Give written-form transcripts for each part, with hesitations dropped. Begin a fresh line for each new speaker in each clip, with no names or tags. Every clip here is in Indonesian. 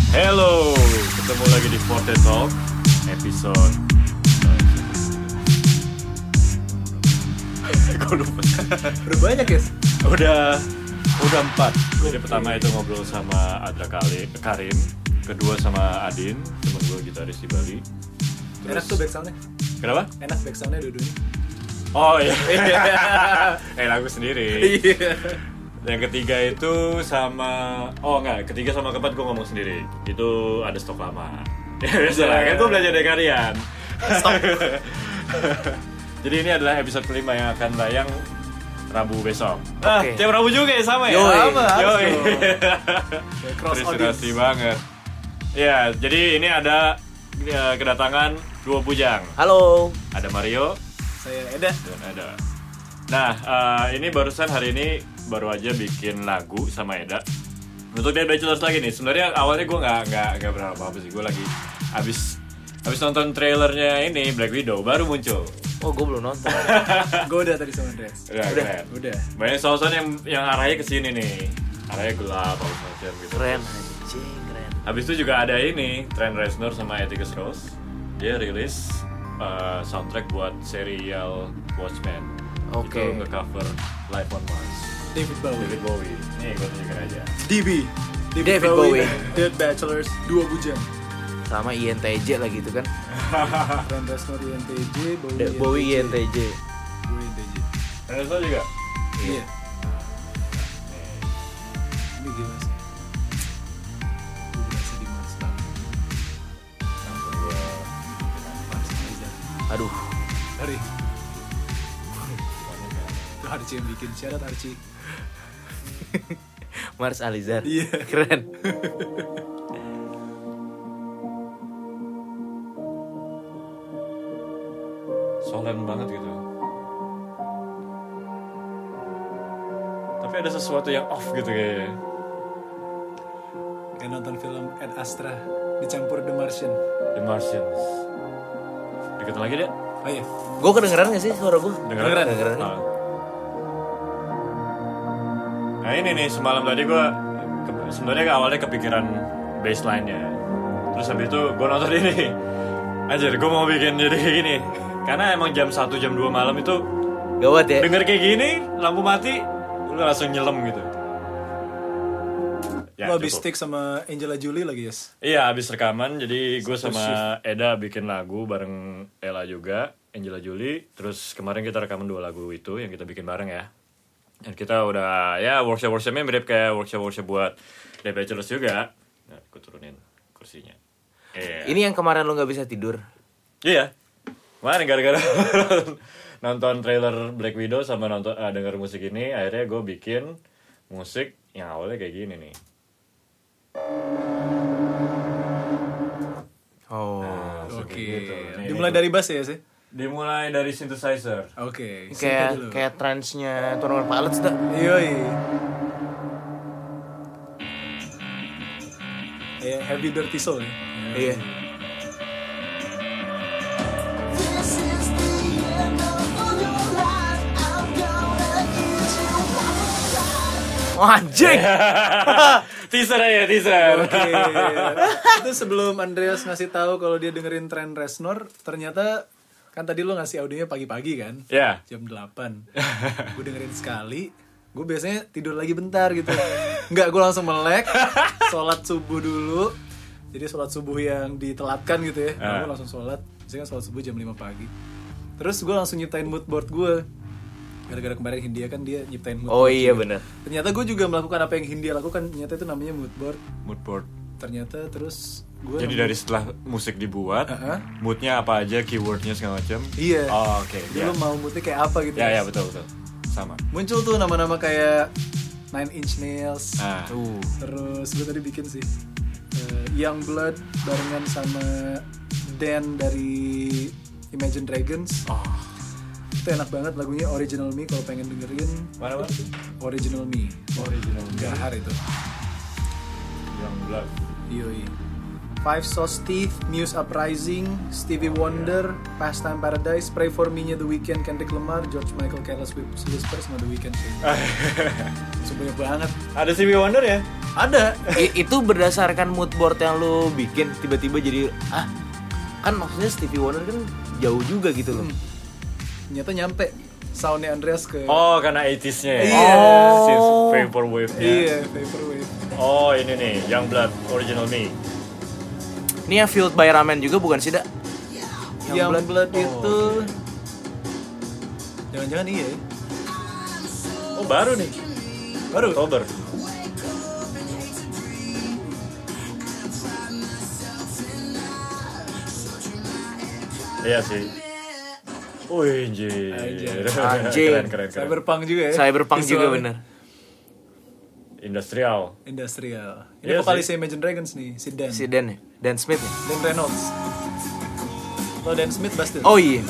Hello, ketemu lagi di Forte Talk episode. Gue lupa.
Udah banyak ya?
Udah 4. Jadi pertama itu ngobrol sama Adra Karim, kedua sama Adin, temen gue gitaris di Bali.
Enak tuh back sound-nya.
Kenapa?
Enak back sound-nya dua-duanya.
Oh iya. Lagu sendiri.
Iya.
Yang ketiga itu sama, ketiga sama keempat gue ngomong sendiri. Itu ada stok lama. Ya biasa lah, kan gue belajar dari kalian.
Stok.
Jadi ini adalah episode kelima yang akan tayang Rabu besok.
Oke.
Tiap Rabu juga ya sama ya?
Sama,
Yoi.
Cross audience.
Terinspirasi banget. Ya, jadi ini ada kedatangan dua bujang.
Halo.
Ada Mario
Saya Eda.
dan ada. Nah, ini barusan hari ini baru aja bikin lagu sama Eda. Untuk Dead Bachelors lagi nih. Sebenarnya awalnya gue nggak berapa apa sih. Gue lagi abis nonton trailernya ini Black Widow baru muncul.
Oh, gue belum nonton.
Gue udah tadi sama Andreas.
Keren.
Udah.
Banyak soal-soal yang arahnya ke sini nih. Arahnya gelap apa macam gitu.
Keren anjing, keren.
Habis itu juga ada ini Trent Reznor sama Atticus Ross. Dia rilis soundtrack buat serial Watchmen.
Oke.
Itu nge-cover Life on Mars.
David Bowie.
Nih gue tunjukin aja.
David Bowie. Dead Bachelors, dua bujang.
Sama INTJ lagi itu kan.
Trent Reznor INTJ,
Bowie INTJ.
Bowie INTJ.
Trent Reznor juga?
Iya. Ini gimana sih? Gue berasa di Mars banget.
Sampai gue
Mars aja.
Aduh.
Hari. Archie yang bikin, syarat Archie.
Mars Alizar.
Iya.
Keren.
solemn banget gitu. Tapi ada sesuatu yang off gitu kayaknya.
Kayak nonton film Ad Astra dicampur The Martian.
The Martians. Deket lagi deh.
Oh iya.
Gue kedengeran gak sih suara gue?
Dengeran. Nah ini nih semalam tadi gue sebenarnya awalnya kepikiran bassline-nya. Terus habis itu gue nonton ini. Anjir gue mau bikin jadi kayak gini. Karena emang jam 1 jam 2 malam itu
Gawat ya.
denger kayak gini, lampu mati, lu langsung nyelem gitu.
Lo abis stick sama Angela Jolie lagi, Yes?
Iya, abis rekaman. Jadi gue sama Eda bikin lagu bareng Ella juga, Angela Jolie. Terus kemarin kita rekaman 2 lagu itu yang kita bikin bareng ya. Dan kita udah, ya workshop-workshopnya mirip kayak workshop-workshop buat The Bachelors juga. Nah, gue turunin kursinya.
Ini yang kemarin lo gak bisa tidur.
Iya. Kemarin gara-gara nonton trailer Black Widow sama denger musik ini, akhirnya gue bikin musik yang awalnya kayak gini nih.
Oh.
Oke.
Gitu.
Dimulai dari bass ya, sih?
Dimulai dari synthesizer.
Oke.
Kayak trance-nya Twenty Pilots dah.
Yoi. Heavy Dirty Soul ya?
Iya. Oh, anjing.
Teaser aja, teaser.
Oke. Itu sebelum Andreas ngasih tahu kalau dia dengerin Trent Reznor, ternyata kan tadi lo ngasih audionya pagi-pagi kan?
Ya.
Jam 8. Gue dengerin sekali. Gue biasanya tidur lagi bentar gitu. Enggak, gue langsung melek, sholat subuh dulu. Jadi sholat subuh yang ditelatkan gitu ya. Gue langsung sholat. Biasanya kan sholat subuh jam 5 pagi. Terus gue langsung nyiptain mood board gue. Gara-gara kemarin Hindia kan dia nyiptain mood board.
Oh iya benar.
Ternyata gue juga melakukan apa yang Hindia lakukan. Ternyata itu namanya mood board.
Mood board.
Ternyata terus gue
Jadi dari setelah musik dibuat, moodnya apa aja, keywordnya segala macam.
Iya.
Oh, oke.
Jadi lo mau moodnya kayak apa gitu.
Ya betul. Sama.
Muncul tuh nama-nama kayak Nine Inch Nails. Terus gue tadi bikin sih Young Blood barengan sama Dan dari Imagine Dragons. Itu enak banget lagunya, Original Me kalau pengen dengerin.
Mana?
Original Me.
Original Me.
Gahar itu.
Young Blood.
Yoi. Five Sauce Teeth, Muse Uprising, Stevie Wonder, Pastime Paradise, Pray For Me-nya The Weeknd, Kendrick Lamar, George Michael, Careless Whisper sama The Weeknd. Sebanyak banget.
Ada Stevie Wonder ya?
Ada.
Itu berdasarkan mood board yang lu bikin tiba-tiba jadi kan maksudnya Stevie Wonder kan jauh juga gitu loh.
Ternyata nyampe soundnya Andreas ke.
Oh, karena 80s-nya ya?
Iya.
Since Vaporwave-nya.
Iya, Vaporwave.
Oh, ini nih, Youngblood, Original Me.
Ini yang Fueled by Ramen juga bukan sih, Dak?
Youngblood itu jangan-jangan iya ya?
Oh, baru nih.
Baru?
Oktober. Iya sih. Wih,
Anjing.
Keren.
Cyberpunk juga ya?
Cyberpunk juga
Visualnya.
bener.
Industrial.
Ini
Iya
vokalisnya Imagine Dragons nih, si Dan.
Si Dan ya? Dan Smith ya?
Dan Reynolds. Lo Dan Smith pasti.
Oh iya.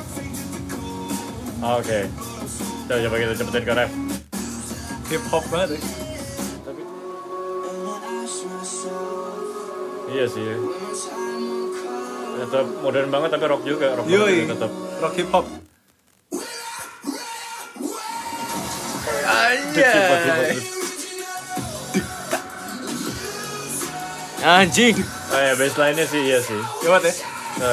Oke. Coba kita cepetin ke rap.
Hip hop banget ya.
Iya sih. Tetap modern banget tapi rock juga, rock
Yoi,
banget tetap.
rock hip hop.
Anjing.
Ya baseline-nya sih iya sih.
Gawat ya?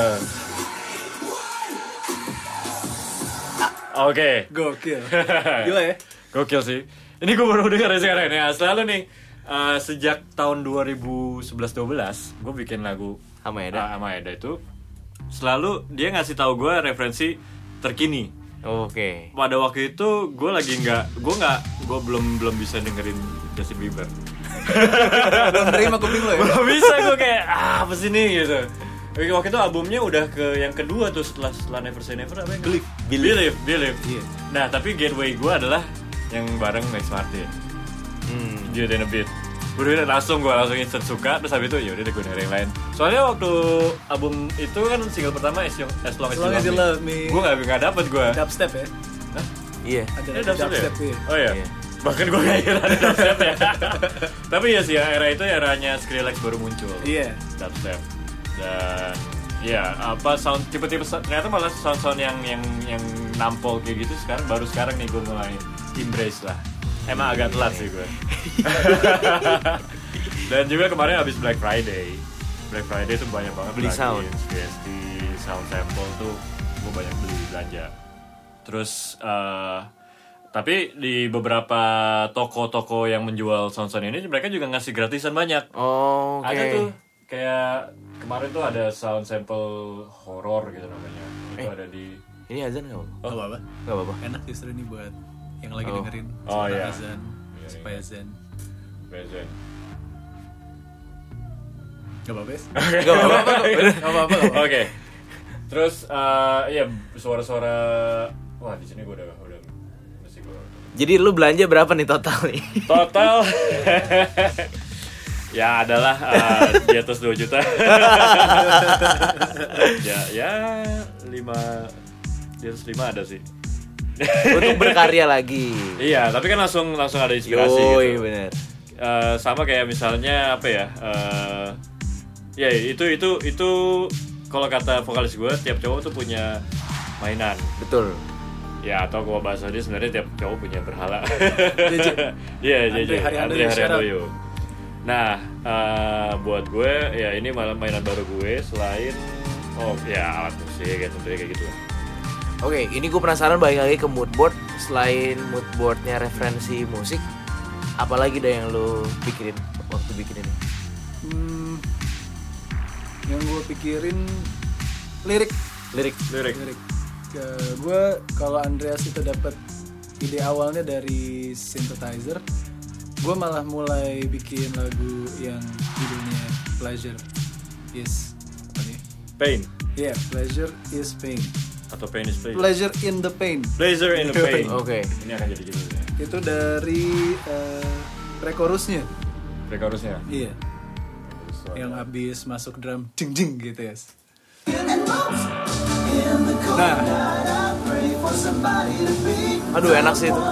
Oke.
Gokil. Gila ya?
Gokil sih. Ini gue baru denger sekarang nih. Selalu nih sejak tahun 2011-12 gue bikin lagu
Sama Eda.
sama Eda itu selalu dia ngasih tahu gue referensi terkini.
Oke.
Pada waktu itu gue belum bisa dengerin Justin Bieber.
Belum terima kuping lo ya?
Belum bisa, gue kayak apa sih nih gitu. Waktu itu albumnya udah ke yang kedua tuh setelah Never Say Never apa yang Believe.
Iya.
Nah tapi gateway gue adalah yang bareng Max Martin. Dude in a Bit. Gue langsung instant suka. Terus habis itu ya udah gue denger yang lain. Soalnya waktu album itu kan single pertama As Long As You Love Me. Gue gak dapet gue.
Dubstep ya?
Hah?
Iya.
Ada
Ini dubstep ya?
iya.
Oh iya.
Iya.
Bahkan gue gak kira ada dubstep ya. Tapi ya sih era itu eranya Skrillex baru muncul.
Iya.
Dubstep. Dan ya apa sound tipe-tipe ternyata malah sound yang nampol kayak gitu baru sekarang nih gue mulai embrace lah. Emang agak telat sih gue. Dan juga kemarin habis Black Friday tuh banyak banget
beli sound,
VST, sound sample tuh gue banyak beli belanja. Terus tapi di beberapa toko-toko yang menjual sound ini mereka juga ngasih gratisan banyak.
Oh, oke.
Ada tuh kayak kemarin tuh ada sound sample horror gitu namanya. Itu ada di
Ini azan nggak apa?
Gak apa-apa.
Nggak apa-apa.
Enak justru ini buat yang lagi dengerin.
Oh,
Supaya
iya.
azan. Supaya zen.
Bezen.
Gak apa-apa ya?
Nggak apa-apa.
Gak apa-apa.
Oke. Terus iya suara-suara wah di sini gue udah mesti gue.
Jadi lu belanja berapa nih total nih?
Total ya adalah di atas 2 juta. ya 5 di atas 5 ada sih.
Untuk berkarya lagi.
Iya, tapi kan langsung ada inspirasi
Yoi,
gitu.
bener.
Sama kayak misalnya apa ya? Ya itu kalau kata vokalis gue tiap cowok tuh punya mainan.
Betul.
Ya atau gua bahasa dia sebenarnya tiap cowok punya berhala.
JJ.
Iya, Andre Haryandoyo. Nah, buat gue ya ini malah mainan baru gue selain alat musik ya tentunya kayak gitu.
Oke, ini gue penasaran balik lagi ke moodboard. Selain moodboardnya referensi musik, apalagi dah yang lo pikirin waktu bikin ini?
Yang gue pikirin lirik. Gue kalau Andreas itu dapat ide awalnya dari synthesizer, gue malah mulai bikin lagu yang judulnya Pleasure is apa nih?
Pain
Yeah, Pleasure is Pain.
atau Pain is Pain.
Pleasure in the Pain.
Pleasure in the Pain.
Oke.
Ini akan jadi gitu ya.
Itu dari pre-chorusnya.
Pre-chorusnya.
Iya. Yang abis masuk drum jing jing gitu ya. Nah,
Aduh enak sih itu.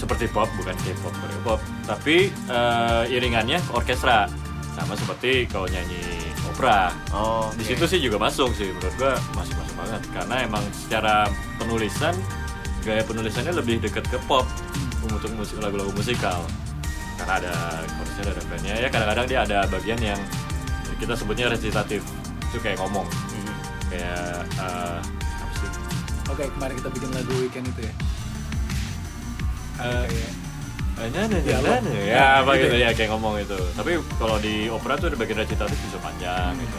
seperti pop, bukan K-pop, pop, tapi iringannya orkestra, sama seperti kalau nyanyi opera. Di situ sih juga masuk sih, menurut gua masuk banget, karena emang secara penulisan, gaya penulisannya lebih dekat ke pop untuk lagu-lagu musikal, karena ada chorusnya, ada refrainnya, ya kadang-kadang dia ada bagian yang kita sebutnya resitatif, itu kayak ngomong, kayak apa sih?
Oke, kemarin kita bikin lagu Weekend itu ya.
Ya apa gitu ya, kayak ngomong itu. Tapi kalau di opera tuh ada bagian resitatif bisa panjang gitu.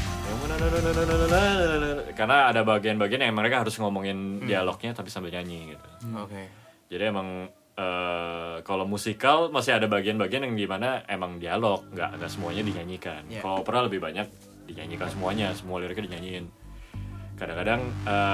Karena ada bagian-bagian yang mereka harus ngomongin dialognya tapi sambil nyanyi gitu. Jadi emang kalau musikal masih ada bagian-bagian yang gimana emang dialog, nggak semuanya dinyanyikan. Kalau opera lebih banyak dinyanyikan semuanya, semua liriknya dinyanyiin. Kadang-kadang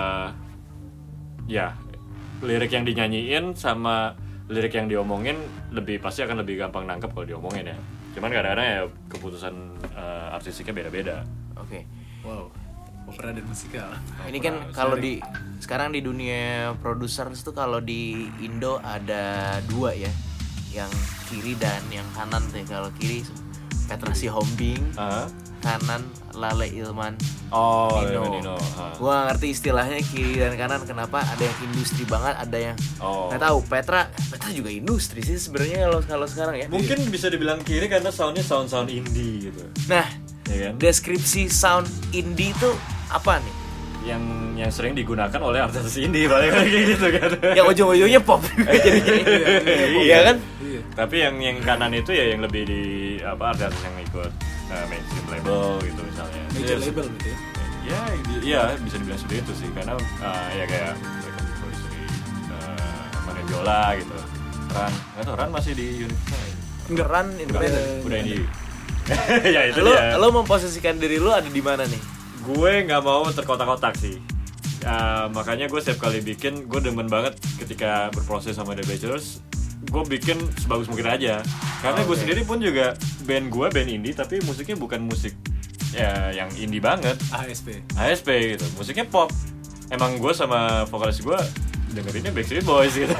ya lirik yang dinyanyiin sama lirik yang diomongin pasti akan lebih gampang nangkep kalau diomongin ya. Cuman kadang-kadang ya keputusan artistiknya beda-beda.
Wow, opera dan musikal.
Ini kan kalau sekarang di dunia produser itu kalau di Indo ada 2 ya, yang kiri dan yang kanan tuh. Kalau kiri Petra Sihombing, kanan Lale Ilman Nino. Gua ngerti istilahnya kiri dan kanan, kenapa ada yang industri banget, ada yang nggak tahu. Petra juga industri sih sebenarnya kalau sekarang ya.
Mungkin bisa dibilang kiri karena soundnya sound indie gitu.
Nah,
ya kan?
Deskripsi sound indie itu apa nih?
Yang sering digunakan oleh artis indie paling kayak gitu kan.
Yang ujung-ujungnya pop jadinya. Iya kan?
Tapi yang kanan itu ya yang lebih di artis yang ikut mainstream label gitu misalnya.
Major label gitu ya.
Ya bisa dibilang seperti itu sih, karena ya kayak mereka produksi Maneviola gitu. Ran masih di Universal.
Enggak, Ran independen.
Udah ini. Ya itu dia.
Lo memposisikan diri lo ada di mana nih?
Gue nggak mau terkotak-kotak sih. Makanya gue setiap kali bikin, gue demen banget ketika berproses sama The Bachelors, gue bikin sebagus mungkin aja. Karena gue sendiri pun juga band indie, tapi musiknya bukan musik ya yang indie banget. ASP gitu, musiknya pop. Emang gue sama vokalis gue dengerinnya Backstreet Boys gitu.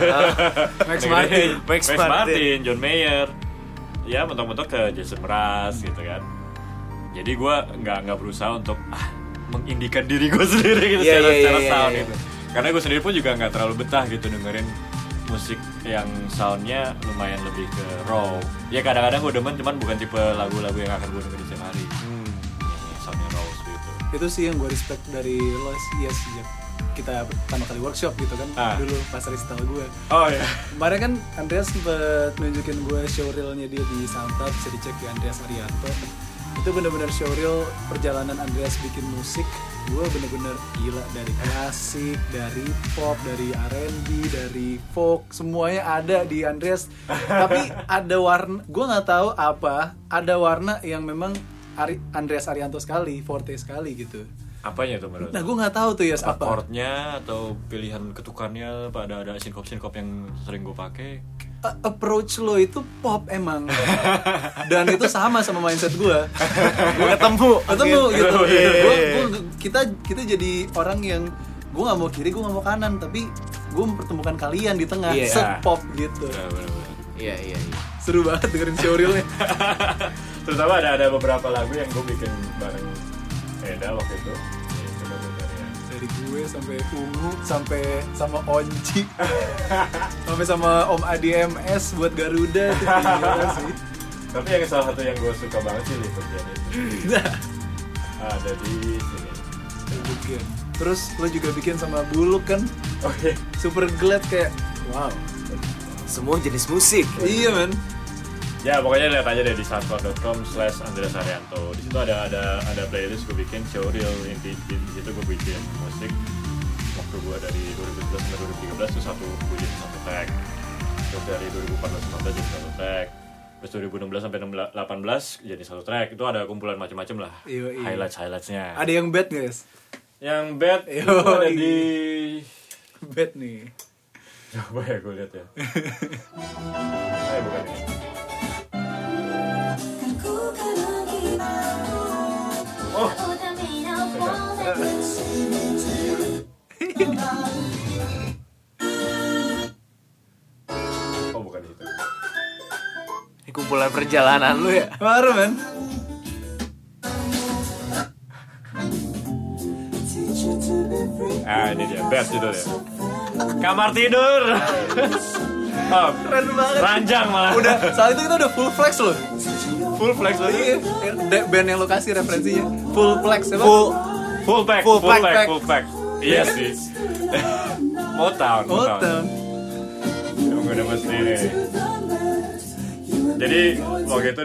Max Martin, John Mayer. Ya mentok-mentok ke Jason Mraz gitu kan. Jadi gue nggak berusaha untuk mengindikan diri gue sendiri gitu secara sound gitu. Karena gue sendiri pun juga nggak terlalu betah gitu dengerin musik yang soundnya lumayan lebih ke raw. Ya kadang-kadang gue demen, cuman bukan tipe lagu-lagu yang akan gue dengerin setiap hari. Soundnya raw gitu.
Itu sih yang gue respect dari lo ya sejak kita pertama kali workshop gitu kan, dulu pas recital gue. Kemarin kan Andreas sempet nunjukin gue showreel-nya dia di SoundCloud, bisa dicek di Andreas Arianto. Itu bener-bener showreel perjalanan Andreas bikin musik. Gue bener-bener gila, dari klasik, dari pop, dari R&B, dari folk, semuanya ada di Andreas. Tapi ada warna, gue nggak tahu apa, ada warna yang memang Andreas Arianto sekali, forte sekali gitu.
Apanya tuh menurut?
Nah gue nggak tahu tuh ya apa.
Chordnya atau pilihan ketukannya, ada sinkop yang sering gue pakai.
Approach lo itu pop emang, dan itu sama mindset gue.
ketemu
gitu. Kita jadi orang yang gue nggak mau kiri, gue nggak mau kanan, tapi gue mempertemukan kalian di tengah, se-pop gitu.
Iya.
Seru banget dengerin showreelnya.
Terutama ada beberapa lagu yang gue bikin bareng Eda waktu itu.
Dari gue sampai Ungu, sampai sama Onci, sampai sama Om ADMS buat Garuda itu gila sih.
Tapi yang salah satu yang gue suka banget sih Liverpool itu. Ada di sini.
Bikin. Terus lo juga bikin sama Buluk kan? Super glad kayak wow.
Semua jenis musik.
Iya man.
Ya pokoknya lihat aja deh di soundcloud.com/Andreas Arianto. Di situ ada playlist gue bikin showreel, di situ gue bikin musik waktu gue dari 2011 sampai 2013 tuh gue jadi satu track. Terus dari 2014-15 jadi satu track. Terus 2016 sampai 2018 jadi satu track. Itu ada kumpulan macam-macam lah. Highlights-nya.
Ada yang bad guys?
Yang bad itu ada di
bad nih.
Coba ya gue lihat ya. Bukan ini.
Ini kumpulan perjalanan lu ya.
Baru men.
Ini dia, best judulnya. Kamar tidur. Oh,
Keren banget.
ranjang malah.
Udah saat itu kita udah full flex loh.
full flex lagi.
Iya, band yang lo kasih referensinya full flex apa?
Full pack. Iya sih. Motown. Emang udah mesti nih. Jadi waktu itu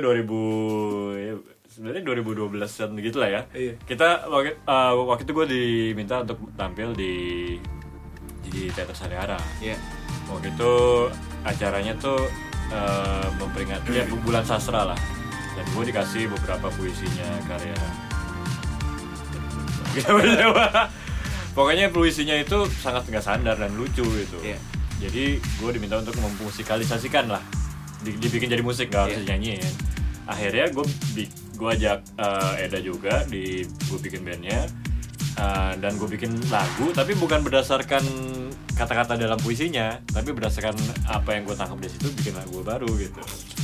2012-an gitu lah ya.
Iya.
Kita waktu itu gue diminta untuk tampil di Teater Salihara.
Iya.
Waktu itu acaranya tuh memperingati ya bulan sastra lah. Dan gue dikasih beberapa puisinya karya. Pokoknya puisinya itu sangat nggak standar dan lucu gitu.
Iya.
Jadi gue diminta untuk memusikalisasikan lah, dibikin jadi musik, nggak harus dinyanyiin. Akhirnya gue ajak Eda juga, gue bikin bandnya, dan gue bikin lagu, tapi bukan berdasarkan kata-kata dalam puisinya, tapi berdasarkan apa yang gue tangkap di situ, bikin lagu baru gitu.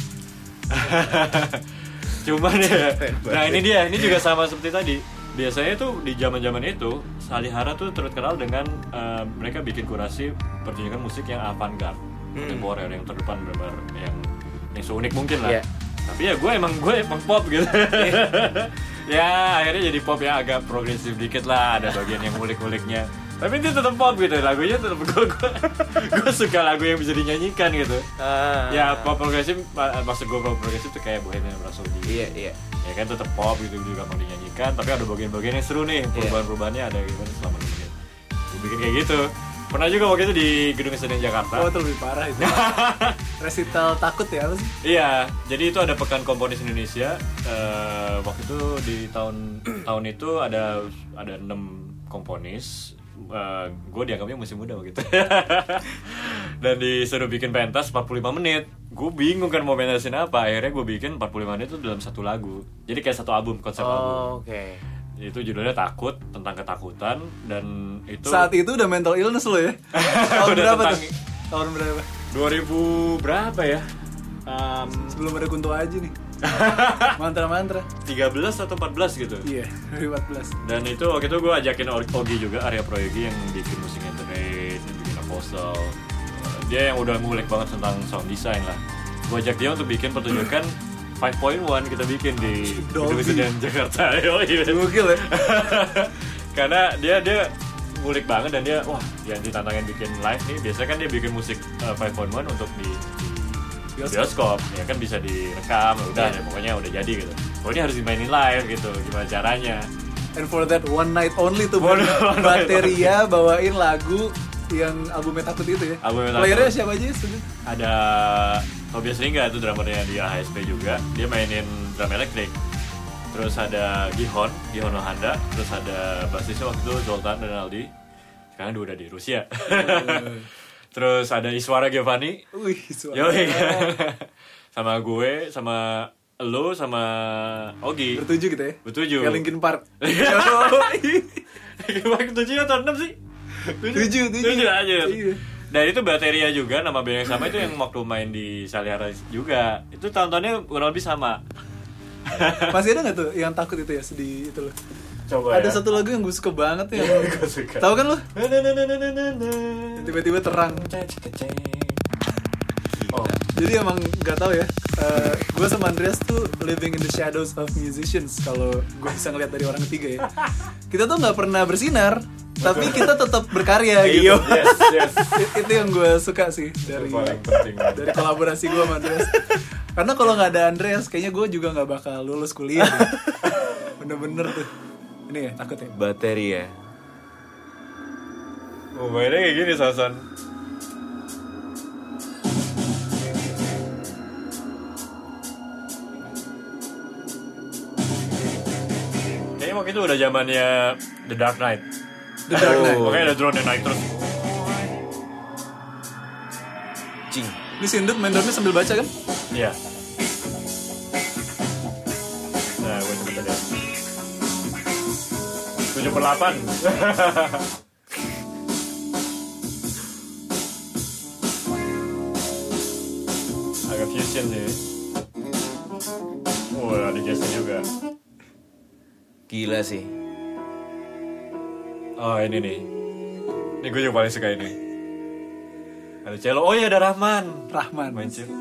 Cuman ya, nah ini juga sama seperti tadi. Biasanya tuh di zaman-zaman itu Salihara tuh terkenal dengan mereka bikin kurasi pertunjukan musik yang avant-garde, kontemporer, yang terdepan, benar-benar yang seunik mungkin lah. Yeah. Tapi ya gue emang pop gitu. Ya akhirnya jadi pop yang agak progresif dikit lah, ada bagian yang ngulik-nguliknya. Tapi dia tetap pop gitu, lagunya tetap gue suka lagu yang bisa dinyanyikan gitu. Ya pop progresif, maksud gue pop progresif tuh kayak Bohemian Rhapsody.
Iya.
Ya kan tetap pop gitu juga mau dinyanyikan, tapi ada bagian-bagian yang seru nih, perubahan-perubahannya ada gimana selama ini. Gue bikin kayak gitu. Pernah juga waktu itu di Gedung Senen Jakarta.
Oh itu lebih parah itu. Resital takut ya apa sih?
Iya, jadi itu ada Pekan Komponis Indonesia. Waktu itu di tahun itu ada 6 komponis. Gue dianggapnya masih muda begitu. Dan disuruh bikin pentas 45 menit. Gue bingung kan mau pentasin apa. Akhirnya gue bikin 45 menit itu dalam satu lagu. Jadi kayak satu album, konsep album.
Oke.
Itu judulnya Takut, tentang ketakutan. Dan itu
saat itu udah mental illness lo ya. Tahun berapa tuh? Tahun berapa?
2000 berapa ya?
Sebelum ada Kunto Aji nih. Mantra-mantra
13 atau 14 gitu.
Iya, 2014.
Dan itu waktu itu gue ajakin Ogi juga, Arya Proyogi, yang bikin musik internet, yang bikin apostle. Dia yang udah ngulik banget tentang sound design lah. Gue ajak dia untuk bikin pertunjukan 5.1 kita bikin di Gedung Senen Jakarta.
Gokil ya.
Karena dia ngulik banget dan dia yang ditantangin bikin live nih. Biasanya kan dia bikin musik 5.1 untuk di bioskop, ya kan bisa direkam, udah ya, pokoknya udah jadi gitu. Oh ini harus dimainin live gitu, gimana caranya?
And for that one night only tuh Bateria bawain lagu yang albumnya Takut itu ya. Playernya siapa aja sebenernya?
Ada Tobias Ringga, itu drummernya di AHSP juga. Dia mainin drum elektrik. Terus ada Gihon Lohanda. Terus ada basisnya waktu itu Zoltan dan Aldi. Sekarang dia udah di Rusia. Terus ada Iswara Giovanni.
Iswara.
Sama gue, sama lo, sama Ogi.
Bertujuh gitu ya?
Bertujuh.
Kayak Linkin Park.
Linkin Park 7 atau 6 sih? 7 aja. Iya. Dan itu Bateria juga, nama band yang sama itu yang waktu main di Salihara juga. Itu tahun-tahunnya kurang lebih sama.
Masih ada gak tuh yang Takut itu ya, sedih itu loh?
Coba
ada
ya.
satu lagu yang gue suka banget ya. Tahu kan lo? Tiba-tiba terang. Jadi emang nggak tahu ya. Gue sama Andreas tuh living in the shadows of musicians. Kalau gue bisa ngeliat dari orang ketiga ya. Kita tuh nggak pernah bersinar, tapi kita tetap berkarya gitu.
Yes.
Itu yang gue suka sih dari kolaborasi gue sama Andreas. Karena kalau nggak ada Andreas, kayaknya gue juga nggak bakal lulus kuliah. Bener-bener tuh. Ini ya, Takut ya?
Bateria.
Mainnya kayak gini, Sasan. Kayaknya waktu itu udah zamannya The Dark Knight. Makanya ada drone yang naik terus.
Cing.
Ini Sindut main drumnya sambil baca kan?
Iya. Nah, gue cepet aja. 7/8. Agak fusion sih. Wah, ada Jesse juga.
Gila sih.
Oh, ini nih. Ini gue juga paling suka ini. Ada cello. Oh iya, ada Rahman. Main cello.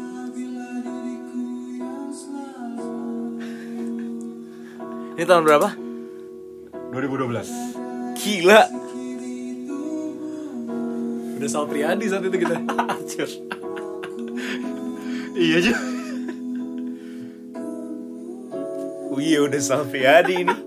Ini tahun berapa?
2012.
Gila.
Udah Sal Priadi saat itu kita.
Anjir. Iya juga.
Iya udah Salviadi ini.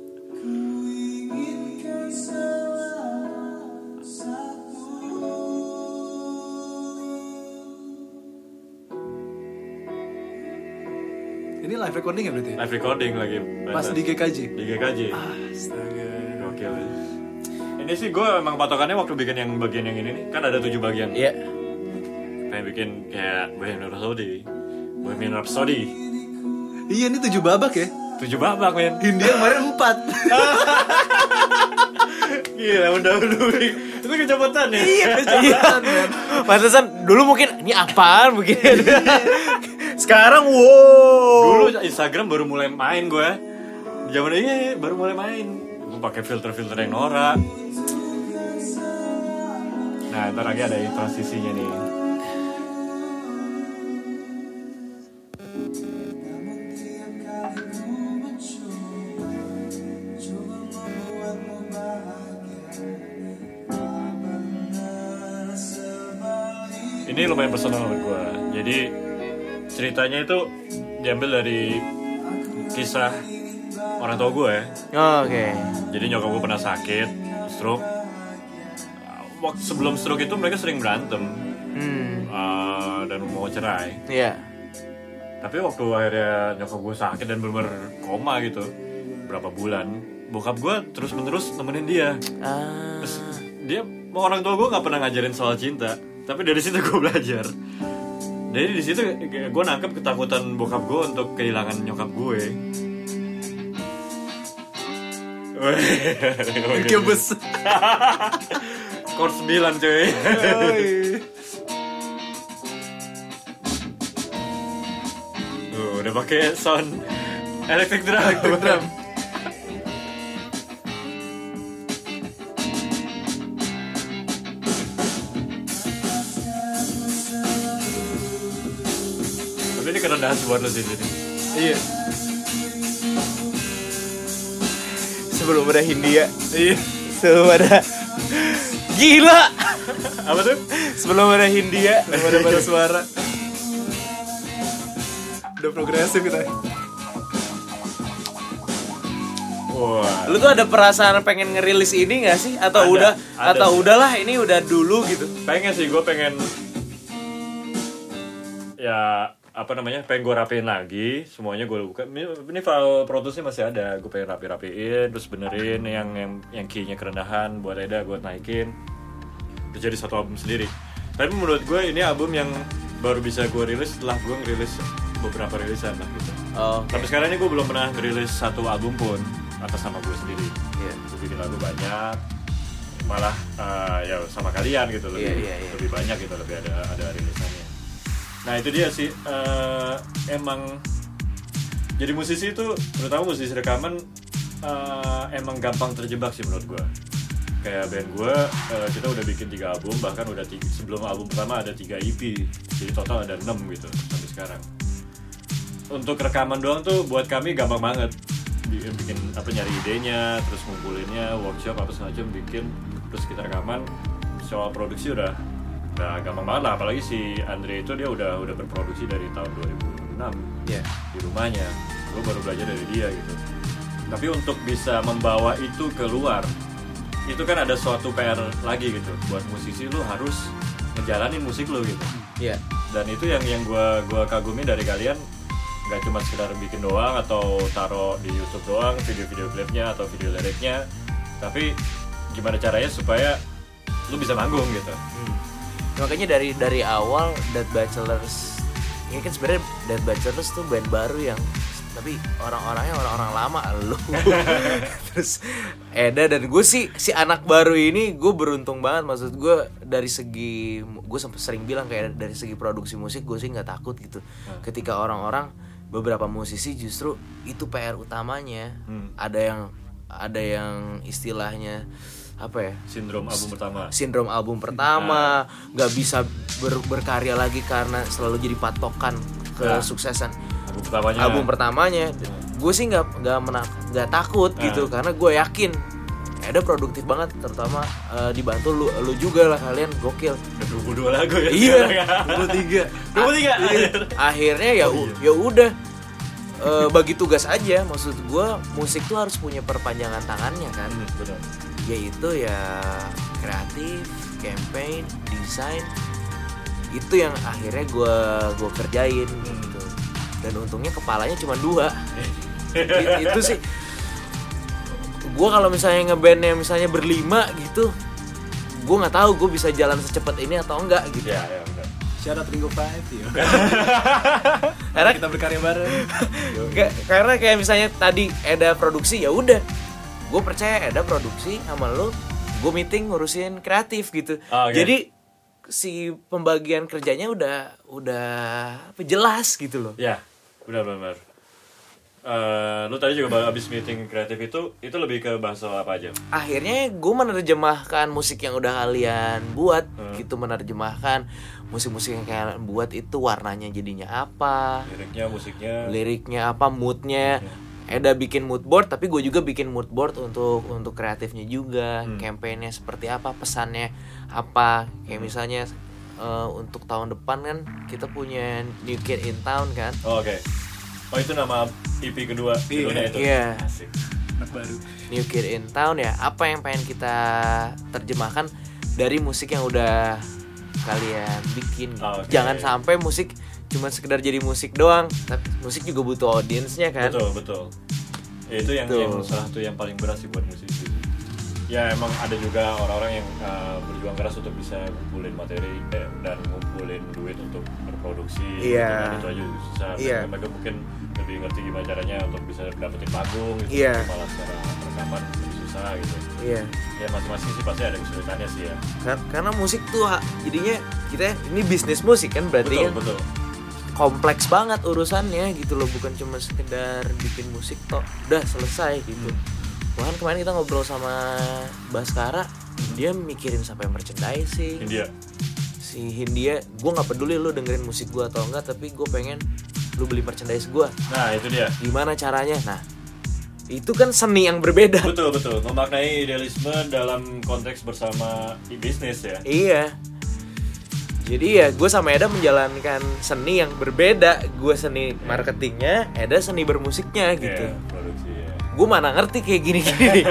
Ini live recording ya berarti?
Live recording lagi.
Pas di GKJ?
Di GKJ.
Astaga.
Gokil. Ini sih gue emang patokannya waktu bikin yang bagian yang ini nih. Kan ada 7 bagian.
Iya.
Pengen bikin kayak Bohemian Rhapsody.
Iya, ini 7 babak ya?
7 babak, men.
India kemarin 4.
Gila, udah itu kecepatan ya?
Iya, kecepatan, men.
Pantesan dulu mungkin ini apaan begini. Sekarang wow.
Dulu Instagram baru mulai main gue. Zaman ini baru mulai main. Gue pakai filter yang norak. Nah, ntar lagi ada transisinya nih. Ini lumayan personal menurut gue. Jadi ceritanya itu diambil dari kisah orang tua gue ya.
Oke.
Jadi nyokap gue pernah sakit, stroke. Waktu sebelum stroke itu mereka sering berantem dan mau cerai.
Iya.
Tapi waktu akhirnya nyokap gue sakit dan bener-bener koma gitu, berapa bulan, bokap gue terus-menerus nemenin dia. Terus dia, orang tua gue nggak pernah ngajarin soal cinta, tapi dari situ gue belajar. Jadi di situ gue nangkep ketakutan bokap gue untuk kehilangan nyokap gue.
Kebes.
Chord 9 cuy. Udah pakai sound electric drum. Tapi ini kerendahan buat lo sih jadi.
Iya.
Sebelum ada Hindia.
Iya.
Sebelum ada gila.
Apa tuh?
Sebelum ada Hindia,
Belum ada suara. Udah progresif kita.
Wah.
Lu tuh ada perasaan pengen ngerilis ini gak sih? Atau
Ada,
udah
ada
atau
sih.
udahlah ini udah dulu gitu.
Pengen sih, gue pengen ya apa namanya, pengen gue rapiin lagi semuanya. Gue buka ini file Pro Tools-nya masih ada, gue pengen rapiin terus benerin yang key-nya kerendahan buat Eda, gue naikin terus jadi satu album sendiri. Tapi menurut gue ini album yang baru bisa gue rilis setelah gue ngerilis beberapa rilisan lah gitu. Tapi sekarang ini gue belum pernah ngerilis satu album pun atas nama gue sendiri. Gue bikin lagu banyak, malah ya sama kalian gitu, lebih banyak gitu, lebih ada rilisannya. Nah itu dia sih, emang jadi musisi itu, terutama musisi rekaman, emang gampang terjebak sih menurut gue. Kayak band gue, kita udah bikin 3 album, bahkan udah sebelum album pertama ada 3 EP, jadi total ada 6 gitu sampai sekarang. Untuk rekaman doang tuh buat kami gampang banget, bikin apa, nyari idenya, terus ngumpulinnya, workshop apa segala macam, bikin, terus kita rekaman. Soal produksi udah gampang banget lah, apalagi si Andre itu dia udah berproduksi dari tahun 2006 di rumahnya. Gue baru belajar dari dia gitu. Tapi untuk bisa membawa itu keluar, itu kan ada suatu PR lagi gitu. Buat musisi lu harus ngejalanin musik lu gitu. Dan itu yang gue kagumi dari kalian, nggak cuma sekedar bikin doang atau taruh di YouTube doang video-video klipnya atau video liriknya, tapi gimana caranya supaya lu bisa manggung gitu.
Makanya dari awal Dead Bachelors ini kan sebenarnya Dead Bachelors tuh band baru yang tapi orang-orangnya orang-orang lama lu. Terus Eda dan gue sih si anak baru ini gue beruntung banget, maksud gue dari segi, gue sering bilang kayak dari segi produksi musik gue sih nggak takut gitu. Ketika orang-orang beberapa musisi justru itu PR utamanya. Ada yang istilahnya apa ya?
Sindrom album pertama.
Nggak bisa berkarya lagi karena selalu jadi patokan kesuksesan album pertamanya. Gue sih nggak takut gitu, karena gue yakin ada produktif banget, terutama dibantu lu juga lah, kalian gokil.
22 lagu ya.
Iya.
23.
Akhirnya ya udah bagi tugas aja. Maksud gue musik tuh harus punya perpanjangan tangannya kan.
Betul.
Yaitu ya kreatif, campaign, desain. Itu yang akhirnya gue kerjain gitu. Dan untungnya kepalanya cuma 2. Itu sih. Gue kalau misalnya ngebandnya misalnya berlima gitu, gue nggak tahu gue bisa jalan secepat ini atau enggak gitu.
Ya benar.
Shout out Ringo 5 ya.
Karena
kita berkarya bareng.
Karena kayak misalnya tadi Eda produksi, ya udah, gue percaya Eda produksi sama lu, gue meeting ngurusin kreatif gitu. Jadi si pembagian kerjanya udah jelas gitu loh.
Ya, benar. Lu tadi juga abis meeting kreatif itu lebih ke bahasa apa aja?
Akhirnya gue menerjemahkan musik yang udah kalian buat gitu, menerjemahkan musik-musik yang kalian buat itu warnanya jadinya apa, liriknya apa, moodnya. Eda bikin mood board, tapi gue juga bikin mood board untuk kreatifnya juga, campaignnya seperti apa, pesannya apa. Kayak misalnya untuk tahun depan kan kita punya New Kid in Town kan.
Oke. Oh itu nama EP kedua judulnya itu.
Iya.
Asik.
Anak baru.
New Kid in Town ya. Apa yang pengen kita terjemahkan dari musik yang udah kalian bikin gitu. Jangan sampai musik cuma sekedar jadi musik doang, tapi musik juga butuh audiensnya kan.
Betul. Ya, itu yang salah satu yang paling berat sih buat musisi. Ya emang ada juga orang-orang yang berjuang keras untuk bisa ngumpulin materi dan ngumpulin duit untuk berproduksi.
Iya.
Itu aja susah. Mereka mungkin lebih ngerti gimana caranya untuk bisa dapetin panggung gitu.
Iya.
Malah secara rekaman lebih susah gitu.
Iya.
Ya masing-masing sih pasti ada kesulitannya sih ya.
Karena musik tuh jadinya kita ini bisnis musik kan, berarti
betul.
Kompleks banget urusannya gitu loh, bukan cuma sekedar bikin musik toh udah selesai gitu. Bahkan kemarin kita ngobrol sama Baskara, dia mikirin sampai merchandising. Si Hindia, gue nggak peduli lu dengerin musik gue atau enggak, tapi gue pengen lu beli merchandise gue.
Nah itu dia.
Gimana caranya? Nah itu kan seni yang berbeda.
Betul. Memaknai idealisme dalam konteks bersama bisnis ya.
Iya. Jadi ya gue sama Eda menjalankan seni yang berbeda. Gue seni marketingnya, Eda seni bermusiknya gitu.
Produksi ya.
Gue mana ngerti kayak gini-gini.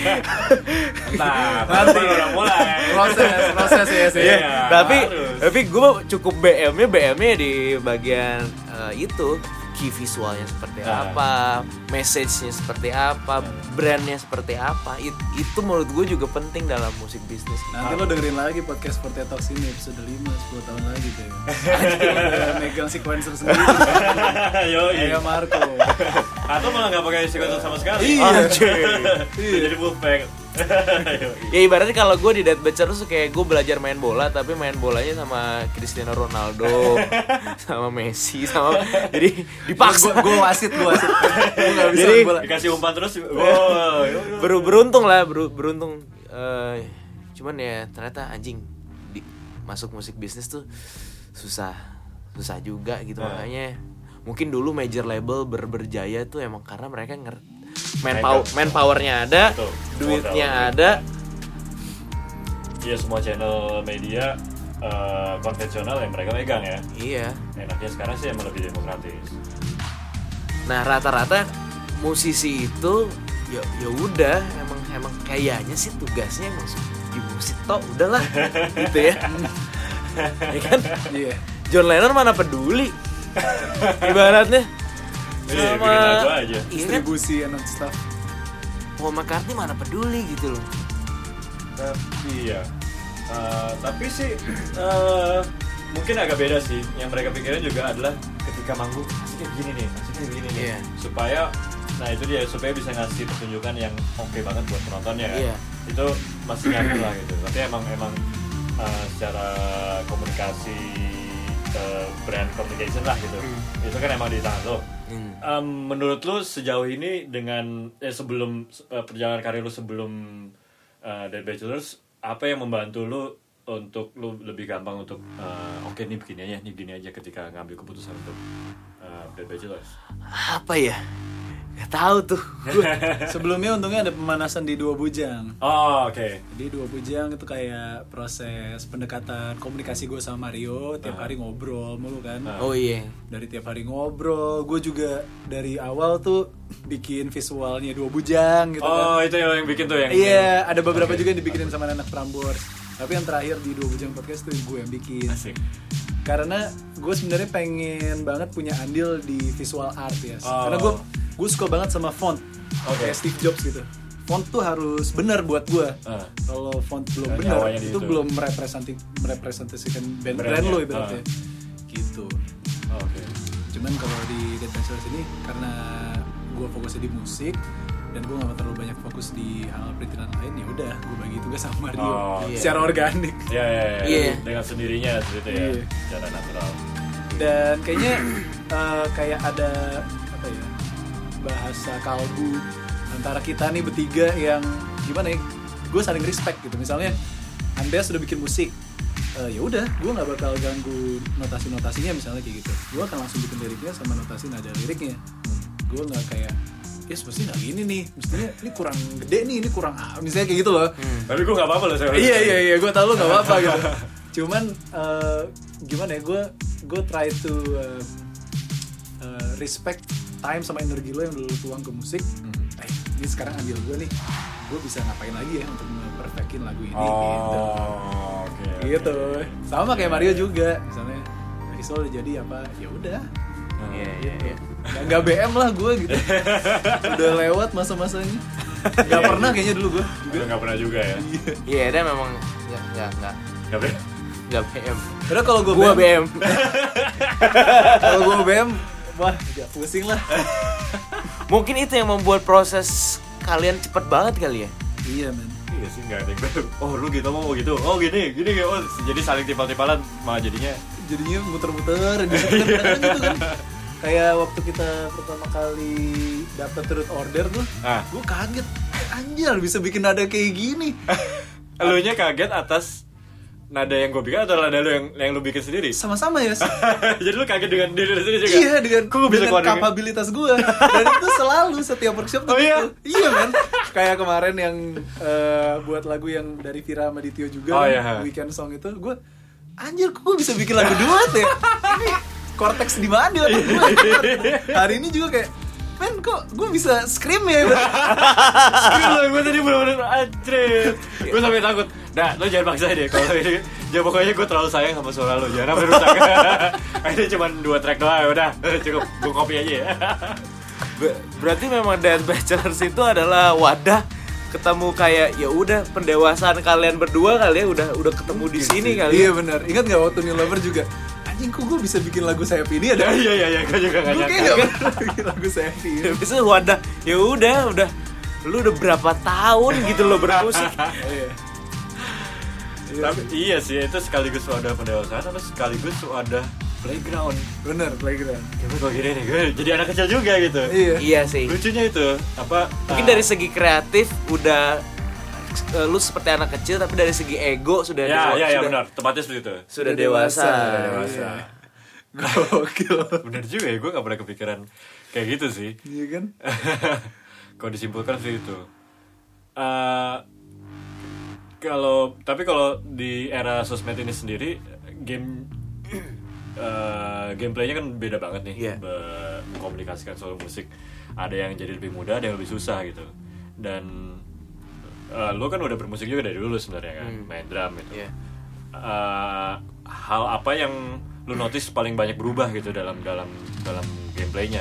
Nah, nanti udah mulai.
Proses ya.
Tapi gue cukup BM-nya di bagian itu. Key visualnya seperti apa, message-nya seperti apa, brandnya seperti apa. Itu menurut gue juga penting dalam musik bisnis.
Nanti lo dengerin lagi podcast Forte Talks ini episode 5 10 tahun lagi deh. Megang sequencer sendiri. Kayak Marco.
Atau malah nggak pakai sequencer sama sekali.
Iya.
Jadi full pack.
Ya ibaratnya kalau gue di Dead Batcher tuh kayak gue belajar main bola, tapi main bolanya sama Cristiano Ronaldo, sama Messi, jadi dipaksa.
Gue wasit. Gue nggak bisa
Jadi,
bola.
Dikasih umpan terus.
Beruntung. Cuman ya ternyata anjing masuk musik bisnis tuh susah juga gitu. Makanya mungkin dulu major label berjaya tuh emang karena mereka manpowernya ada,
betul,
duitnya ada.
Iya, semua channel media konvensional yang mereka megang ya.
Iya.
Enaknya sekarang sih emang lebih demokratis.
Nah rata-rata musisi itu ya udah emang kayaknya sih tugasnya emang di musik toh udahlah gitu ya. Ya kan?
Iya.
John Lennon mana peduli ibaratnya.
Iya, bikin lagu aja.
Iya kan?
Distribusi and stuff.
Paul McCartney mana peduli gitu loh.
Iya. Tapi sih mungkin agak beda sih. Yang mereka pikirin juga adalah ketika manggung asiknya begini nih.
Iya.
Supaya bisa ngasih pertunjukan yang oke banget buat penontonnya kan.
Iya.
Itu masih nyambung lah gitu. Tapi emang secara komunikasi brand communication lah gitu. Itu kan emang di tangan lo. Menurut lo sejauh ini dengan sebelum perjalanan karir lo sebelum Dead Bachelors, apa yang membantu lo untuk lo lebih gampang untuk oke nih begini aja ketika ngambil keputusan untuk Dead Bachelors?
Apa ya? Gak tahu tuh.
Sebelumnya untungnya ada pemanasan di Dua Bujang.
Oh, oke.
Jadi Dua Bujang itu kayak proses pendekatan komunikasi gue sama Mario. Tiap hari ngobrol mulu kan.
Oh iya.
Dari tiap hari ngobrol, gue juga dari awal tuh bikin visualnya Dua Bujang gitu kan.
Oh, itu yang bikin tuh yang.
Iya, ada beberapa juga yang dibikinin sama anak Prambors. Tapi yang terakhir di Dua Bujang Podcast tuh gue yang bikin.
Asik.
Karena gue sebenarnya pengen banget punya andil di visual art ya.
Oh.
Karena gue suka banget sama font. Kayak Steve Jobs gitu. Font tuh harus benar buat gue. Kalau font belum benar, itu belum merepresentasikan brand lo ibaratnya. Gitu.
Oke.
Cuman kalau di Dead Bachelors ini karena gue fokusnya di musik dan gue gak terlalu banyak fokus di hal perizinan lain, ya udah gue bagi tugas sama Mario secara organik.
Iya. Dengan sendirinya gitu ya, secara natural.
Dan kayaknya kayak ada apa ya, bahasa kalbu antara kita nih bertiga yang gimana ya, gue saling respect gitu. Misalnya Anda sudah bikin musik, ya udah gue nggak bakal ganggu notasinya misalnya kayak gitu. Gue akan langsung bikin liriknya sama notasi nada liriknya. Gue nggak kayak mesti nggak gini nih, mestinya ini kurang gede nih, ini kurang misalnya kayak gitu loh.
Tapi gue nggak apa-apa loh saya.
Iya, gue tau lo nggak apa-apa gitu. Cuman gimana ya, gue try to respect time sama energi lo yang dulu tuang ke musik. Ini sekarang ambil gue nih, gue bisa ngapain lagi ya untuk memperfectin lagu ini gitu. Gitu. Sama kayak Mario juga, misalnya visual udah jadi apa, ya udah.
Iya.
Nggak BM lah gue gitu. Udah lewat masa-masanya. Nggak pernah kayaknya dulu gue juga.
Nggak pernah juga ya.
Iya, dia memang nggak BM.
Karena kalau gue
BM.
Kalau gue BM, wah agak pusing lah.
Mungkin itu yang membuat proses kalian cepet banget kali ya.
Iya men.
Iya sih, nggak ada yang baru. Oh lu gitu mau gitu. Oh gini. Oh jadi saling timpal-timpalan malah jadinya
muter-muter gitu kan. Kayak waktu kita pertama kali dapet root order tuh, gue kaget. Anjir bisa bikin nada kayak gini.
Elunya kaget atas nada yang gue bikin atau nada lu yang lu bikin sendiri?
Sama-sama ya.
Jadi lu kaget dengan diri lu sendiri juga?
Iya, dengan kapabilitas gue. Dan itu selalu setiap workshop tuh gitu. Iya kan? Kayak kemarin yang buat lagu yang dari Vira sama Dityo juga, Weekend Song itu, gue anjir kok gue bisa bikin lagu duet ya? Ini korteks di mana di otak gue? Hari ini juga kayak, men kok gue bisa scream ya?
Scream lah, gue tadi bener-bener anjir. Gue sampai takut. Nah, lo jangan paksa deh kalau ini. Ya pokoknya gue terlalu sayang sama suara lo, jangan sampai rusak. Ini cuma 2 track doang, ya udah cukup, gue copy aja ya.
Berarti memang Dead Bachelors itu adalah wadah ketemu kayak ya udah pendewasaan kalian berdua kali ya, udah ketemu di sini kali.
Iya benar. Ingat nggak waktu New Lover juga? Anjing kok gue bisa bikin lagu sayap ini ada?
Iya, gue juga nggak nyangka.
Gue kayak nggak pernah bikin lagu sayap ini.
Bisa wadah. Ya udah. Lu udah berapa tahun gitu lo bermusik?
Iya.
Tapi iya sih, itu sekaligus wadah pendewasaan atau sekaligus wadah playground.
Bener, playground.
Ya gue gini nih, gue jadi anak kecil juga gitu.
Iya sih.
Lucunya itu apa?
Mungkin dari segi kreatif udah lu seperti anak kecil, tapi dari segi ego sudah
ya benar, tepatnya seperti itu.
Sudah dewasa.
Gokil.
Bener juga ya, gue gak pernah kepikiran kayak gitu sih.
Iya kan?
Kalau disimpulkan seperti itu. Kalau di era sosmed ini sendiri, gameplaynya kan beda banget nih. Mengkomunikasikan soal musik, ada yang jadi lebih mudah, ada yang lebih susah gitu. Dan lo kan udah bermusik juga dari dulu sebenarnya kan, main drum gitu. Hal apa yang lo notice paling banyak berubah gitu dalam gameplaynya?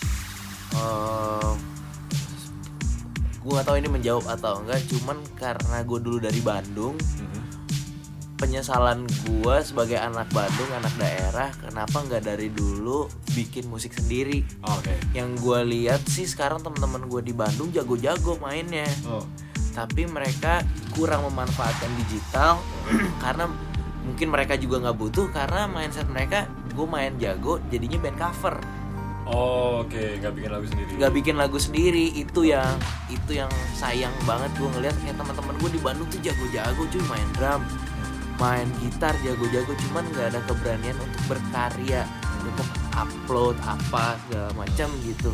Gue gak tahu ini menjawab atau enggak, cuman karena gue dulu dari Bandung, penyesalan gue sebagai anak Bandung, anak daerah, kenapa nggak dari dulu bikin musik sendiri. Yang gue lihat sih sekarang teman-teman gue di Bandung jago-jago mainnya, tapi mereka kurang memanfaatkan digital karena mungkin mereka juga nggak butuh, karena mindset mereka gue main jago jadinya band cover.
Oh, oke, nggak bikin lagu sendiri.
Nggak bikin lagu sendiri, itu yang sayang banget. Gue ngeliat kayak teman-teman gue di Bandung tuh jago-jago cuy, main drum, main gitar jago-jago, cuman nggak ada keberanian untuk berkarya, untuk upload apa segala macam gitu.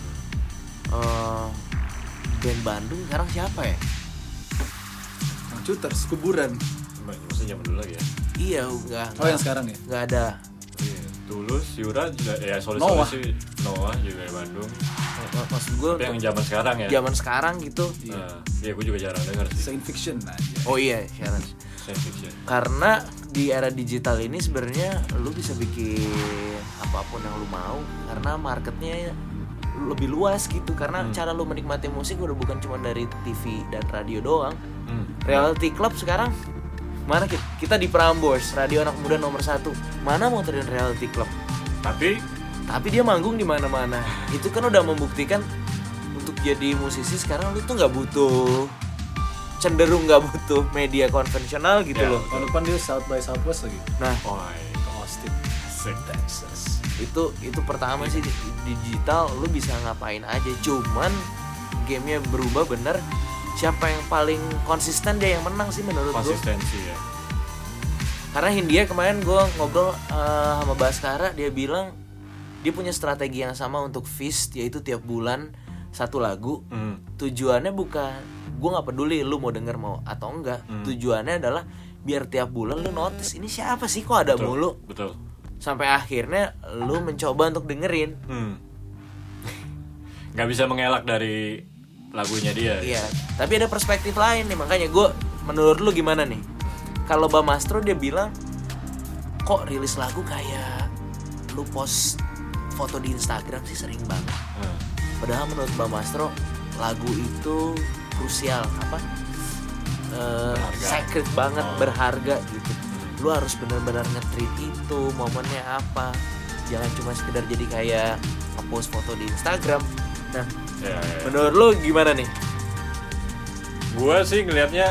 Band Bandung sekarang siapa ya?
Shooters, kuburan.
Maksudnya zaman dulu lagi ya.
Iya, enggak.
Oh, yang sekarang ya?
Nggak ada.
Iya. Tulus, Yura juga ya,
Noah.
sih Noah juga di Bandung.
Maksud gue
Tapi yang zaman sekarang ya.
zaman sekarang gitu.
Iya, gue juga jarang denger sih.
Science fiction aja.
Oh iya, Sharon.
Science fiction.
Karena di era digital ini sebenarnya lu bisa bikin apapun yang lu mau karena marketnya lebih luas gitu. Karena cara lu menikmati musik udah bukan cuma dari TV dan radio doang. Reality Club sekarang mana kita di Prambors, radio anak muda nomor 1. Mana mau terjun Reality Club?
Tapi
Dia manggung di mana-mana. Itu kan udah membuktikan untuk jadi musisi sekarang lu tuh cenderung nggak butuh media konvensional gitu
Ya.
loh.
Tahun depan dia South by Southwest lagi.
Nah,
Ke Austin, Texas.
itu pertama sih di digital lu bisa ngapain aja, cuman gamenya berubah bener. Siapa yang paling konsisten dia yang menang sih menurut gue.
konsistensi ya.
Karena Hindia kemarin gue ngobrol sama Baskara, dia bilang dia punya strategi yang sama untuk Feast, yaitu tiap bulan satu lagu. Tujuannya bukan, gue nggak peduli lu mau denger mau atau enggak. Tujuannya adalah biar tiap bulan lu notice ini siapa sih kok ada mulu.
Betul.
Sampai akhirnya lu mencoba untuk dengerin.
Nggak bisa mengelak dari lagunya dia.
Iya, tapi ada perspektif lain nih, makanya gue, menurut lu gimana nih? Kalau Bamastro dia bilang, kok rilis lagu kayak lu post foto di Instagram sih sering banget. Padahal menurut Bamastro lagu itu krusial, sacred banget, berharga gitu. Lu harus benar-benar nge-treat itu, momennya apa. Jangan cuma sekedar jadi kayak nge-post foto di Instagram. Nah,
Ya.
menurut lu gimana nih?
Gue sih ngelihatnya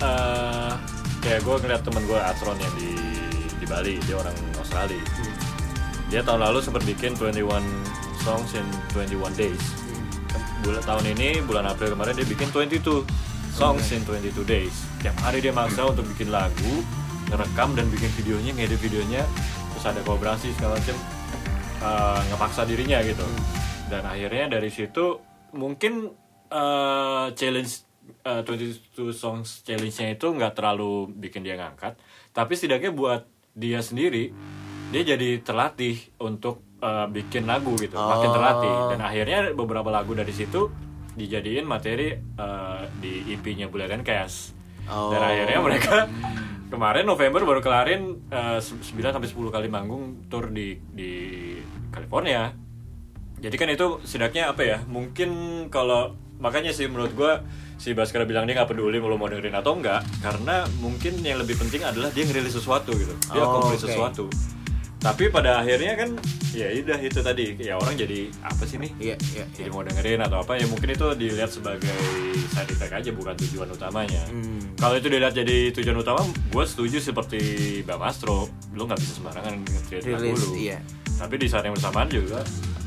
kayak gue ngeliat temen gue Atron yang di Bali, dia orang Australia. Dia tahun lalu sempat bikin 21 songs in 21 days. Tahun ini bulan April kemarin dia bikin 22 songs in 22 days. Tiap hari dia maksa untuk bikin lagu, ngerekam dan bikin videonya, ngedit videonya, terus ada kolaborasi segala macam, ngepaksa dirinya gitu. Dan akhirnya dari situ mungkin challenge 22 songs challenge-nya itu nggak terlalu bikin dia ngangkat, tapi setidaknya buat dia sendiri dia jadi terlatih untuk bikin lagu gitu, makin terlatih. Dan akhirnya beberapa lagu dari situ dijadiin materi di EP-nya Bulan Cash. Dan akhirnya mereka kemarin November baru kelarin 9-10 kali manggung tour di California. Jadi kan itu setidaknya apa ya, mungkin kalau makanya sih menurut gue si Baskara bilang dia nggak peduli lo mau dengerin atau enggak, karena mungkin yang lebih penting adalah dia ngerilis sesuatu gitu, dia komplit sesuatu. Tapi pada akhirnya kan ya udah itu tadi, ya orang jadi apa sih nih,
Iya.
jadi mau dengerin atau apa, ya mungkin itu dilihat sebagai side effect aja, bukan tujuan utamanya. Kalau itu dilihat jadi tujuan utama, gue setuju seperti Bang Astro, lo nggak bisa sembarangan nge-create lagu lo.
Iya.
Tapi di saat yang bersamaan juga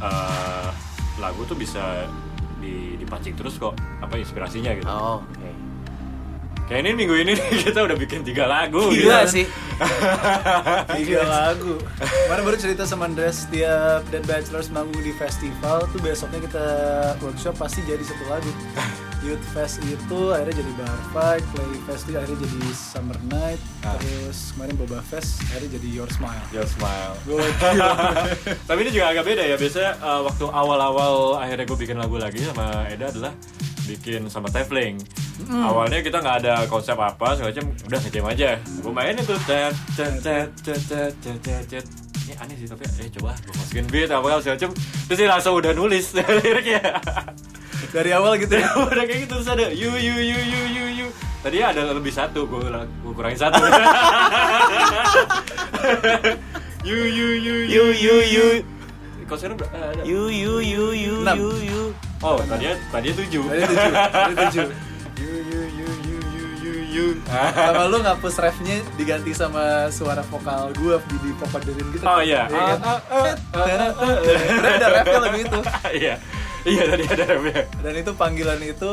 lagu tuh bisa dipancing terus kok, apa inspirasinya gitu.
Oke.
Kayak ini minggu ini kita udah bikin 3 lagu.
Gila
gitu.
sih.
3 lagu. Kemarin baru cerita sama Andres, setiap Dead Bachelors manggung di festival tuh besoknya kita workshop pasti jadi 1 lagu. Youth Fest itu akhirnya jadi Bar Fight, Play Fest itu akhirnya jadi Summer Night, terus kemarin Boba Fest akhirnya jadi Your Smile.
Your Smile.
Gokil.
Tapi ini juga agak beda ya. Biasanya waktu awal-awal akhirnya gue bikin lagu lagi sama Eda adalah bikin sama Tefling. Awalnya kita nggak ada konsep apa, segala macam, udah ngejam aja. Gue mainin tuh cet. Ini aneh sih tapi coba gue masukin beat apa segala macam. Terus dia langsung udah nulis liriknya.
Dari awal gitu ya.
Udah kayak gitu, terus ada you. Tadinya ada lebih 1, gue kurangin 1. you. Konsernya ada.
You.
Oh, tadinya 7.
Tadi 7.
You.
Yung.
Sama lu ngapus refnya diganti sama suara vokal gue di vocoderin gitu.
Oh iya.
Iya kan? Udah ada refnya lagu itu.
Iya. Iya tadi ada rapnya.
Dan itu panggilan itu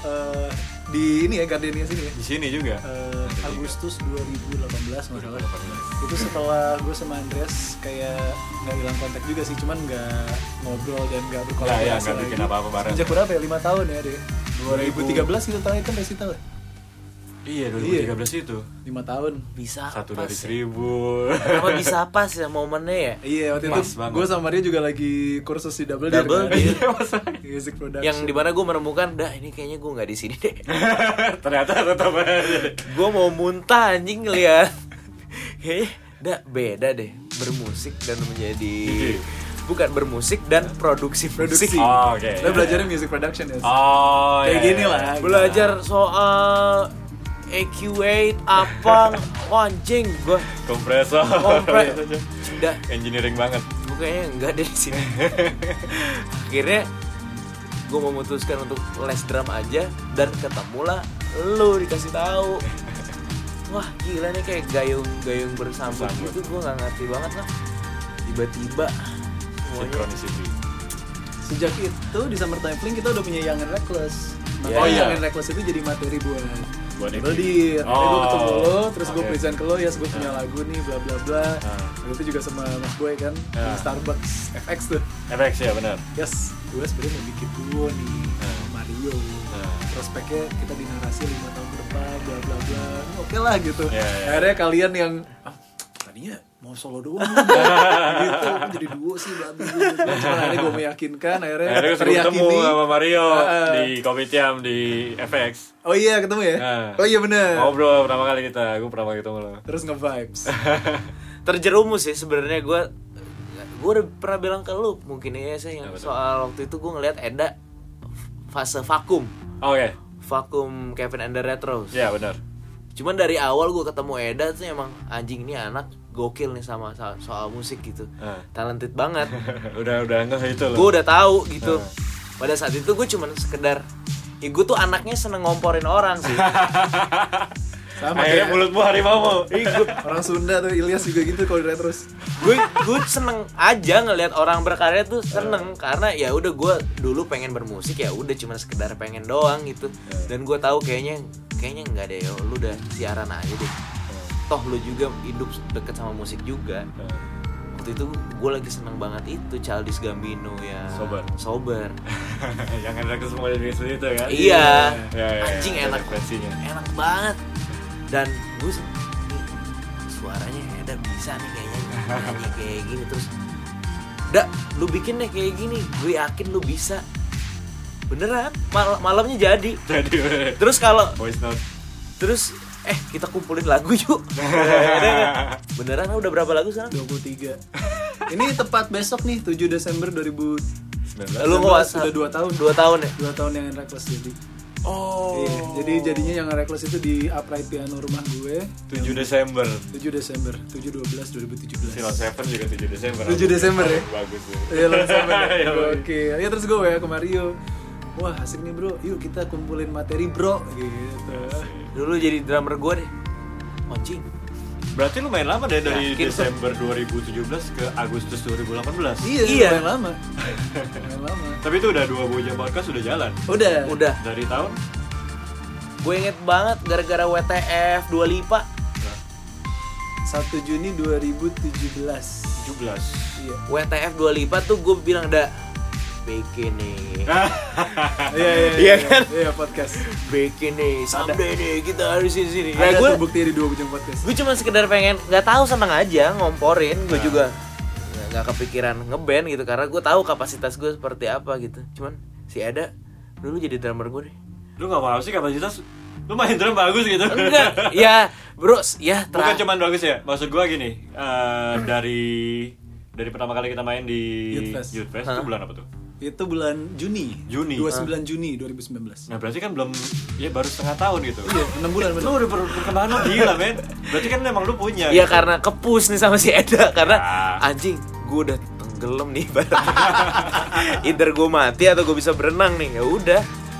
di ini ya Gardenia sini ya.
Di sini juga.
Agustus 2018 masalah. Itu setelah gue sama Andreas kayak nggak hilang kontak juga sih, cuman nggak ngobrol dan nggak berkolaborasi
Nggak, nggak bikin apa-apa bareng.
Sejak berapa ya? 5 tahun ya deh. 2013 gitu terakhir kan Resital ya?
Iya 2013 itu.
5 tahun.
Bisa
Satu
pas
dari
ya.
1000.
Kenapa bisa pas ya momennya ya?
Iya waktu
Pas
itu
banget.
gue sama Maria juga lagi kursus di Double Deer
Double
kan?
Deer.
Iya masa.
Music production.
Yang dimana gue menemukan, dah ini kayaknya gue nggak di sini deh.
Ternyata tetap aja.
Gue mau muntah anjing ngeliat. Kayaknya dah beda deh bermusik dan menjadi bukan bermusik dan produksi
Produksi.
musik.
Oh, oke.
Kita belajarnya music production ya.
Oh,
Kayak
iya,
gini
iya.
lah.
Belajar soal EQ8 apa anjing gue
Kompresor.
dah
Engineering banget.
gue kayaknya enggak deh di sini. Akhirnya gue memutuskan untuk les drum aja dan ketemulah lu dikasih tahu. Wah gila nih kayak gayung bersambut
Bersambut.
gitu, gue nggak ngerti banget lah. Tiba-tiba semuanya
Synchronicity.
Sejak itu di Summertime Fling kita udah punya Young and Reckless. Nah,
Oh,
Young
iya.
and Reckless itu jadi materi buat
Buat
Double
EP.
Deer. Akhirnya gue ketemu lo, terus gue
oke.
present ke lo, ya gue punya lagu nih, bla bla bla.
Ah.
Itu juga sama Mas Boy kan, di
Ah.
Starbucks FX tuh.
FX ya benar.
Yes, gue sebenarnya mau bikin duo nih sama Mario. Prospeknya kita di narasi 5 tahun ke depan, bla bla bla. Oke lah gitu.
Iya, iya.
Akhirnya kalian yang tadinya mau solo doang gitu, kok jadi duo sih bla bla bla. Cuman akhirnya gue meyakinkan, akhirnya
Akhirnya gue ketemu
teriyakini.
sama Mario
Ah.
di Kopitiam di FX.
Oh iya ketemu ya?
Ah.
Oh iya bener.
Ngobrol pertama kali kita, gue pertama kali ketemu lo.
Terus nge-vibes.
terjerumus sih sebenarnya gue udah pernah bilang ke lu mungkin ya sih
Apa tuh?
soal waktu itu gue ngeliat Eda fase vakum
Oke.
vakum Kevin and the Retros.
Ya benar.
Cuman dari awal gue ketemu Eda tuh emang anjing ini anak gokil nih sama soal musik gitu. Talented banget.
udah ngeh itu loh.
Gue udah tahu gitu. Pada saat itu gue cuman sekedar ya gue tuh anaknya seneng ngomporin orang sih.
Sama
Akhirnya
kayak
mulutmu harimau.
orang Sunda tuh, Ilyas juga gitu kalau di Retros.
gue seneng aja ngelihat orang berkarya tuh seneng karena ya udah gue dulu pengen bermusik ya udah cuma sekedar pengen doang gitu. Dan gue tahu kayaknya enggak deh, lu udah siaran aja deh. Toh lu juga hidup deket sama musik juga. Waktu itu gue lagi seneng banget itu Childish Gambino ya sober.
Yang enak semua dari itu kan.
Iya.
Ya,
Anjing
ada
enak
referensinya.
enak banget. Dan gue suaranya ada bisa nih kayaknya nyanyi kayak gini terus. Dak, lu bikin deh kayak gini. Gue yakin lu bisa. Beneran, malamnya jadi.
Jadi
Terus kalau
voice note.
terus kita kumpulin lagu yuk. Beneran udah berapa lagu sekarang?
23. Ini tepat besok nih 7 Desember 2019.
Lu mau
sudah 2 tahun.
2 tahun ya?
2 tahun yang Reckless jadi.
Oh.
Iya, jadi jadinya yang Reckless itu di upright piano rumah gue
7 Desember.
7 Desember 7/12/2017.
Silon Seven juga 7 Desember.
7 Desember ya?
Bagus tuh.
Iya langsung
Iya,
oke. Ya terus gue ya ke Mario. Wah asik nih bro, yuk kita kumpulin materi bro gitu.
Dulu jadi drummer gue deh. Anjing.
Berarti lu main lama deh dari
Yakin,
Desember 2017 ke Agustus 2018.
Iya. Lumayan lama. Lumayan lama.
Tapi itu udah 2 Boja Podcast udah jalan.
Udah.
Dari tahun
Gue inget banget gara-gara WTF Dua Lipa
1 Juni 2017.
17.
Iya.
WTF Dua Lipa tuh gue bilang udah bikin nih.
Iya kan? Iya podcast.
Bikin nih, someday nih kita harus di sini.
Ada
Ya gue
tuh bukti di 2 Bujang podcast.
cuma sekedar pengen nggak tahu seneng aja ngomporin. Gue juga nggak kepikiran ngeband gitu karena gue tahu kapasitas gue seperti apa gitu. Cuman si Eda dulu jadi drummer gue deh.
Lu gak paham sih kapasitas. Lu main drum bagus gitu.
Enggak, ya bro, ya
Bukan cuman bagus ya. Maksud gua gini, dari pertama kali kita main di
Youth Fest.
itu bulan apa tuh?
Itu bulan Juni. 29 Juni 2019.
Nah berarti kan belum, ya baru setengah tahun gitu.
Iya, 6 bulan bener.
Lu udah perkembangan lu gila men. Berarti kan emang lu punya.
Iya
gitu.
karena kepus nih sama si Eda karena
Ya.
anjing gue udah tenggelam nih bareng. Either gue mati atau gue bisa berenang nih. Ya udah.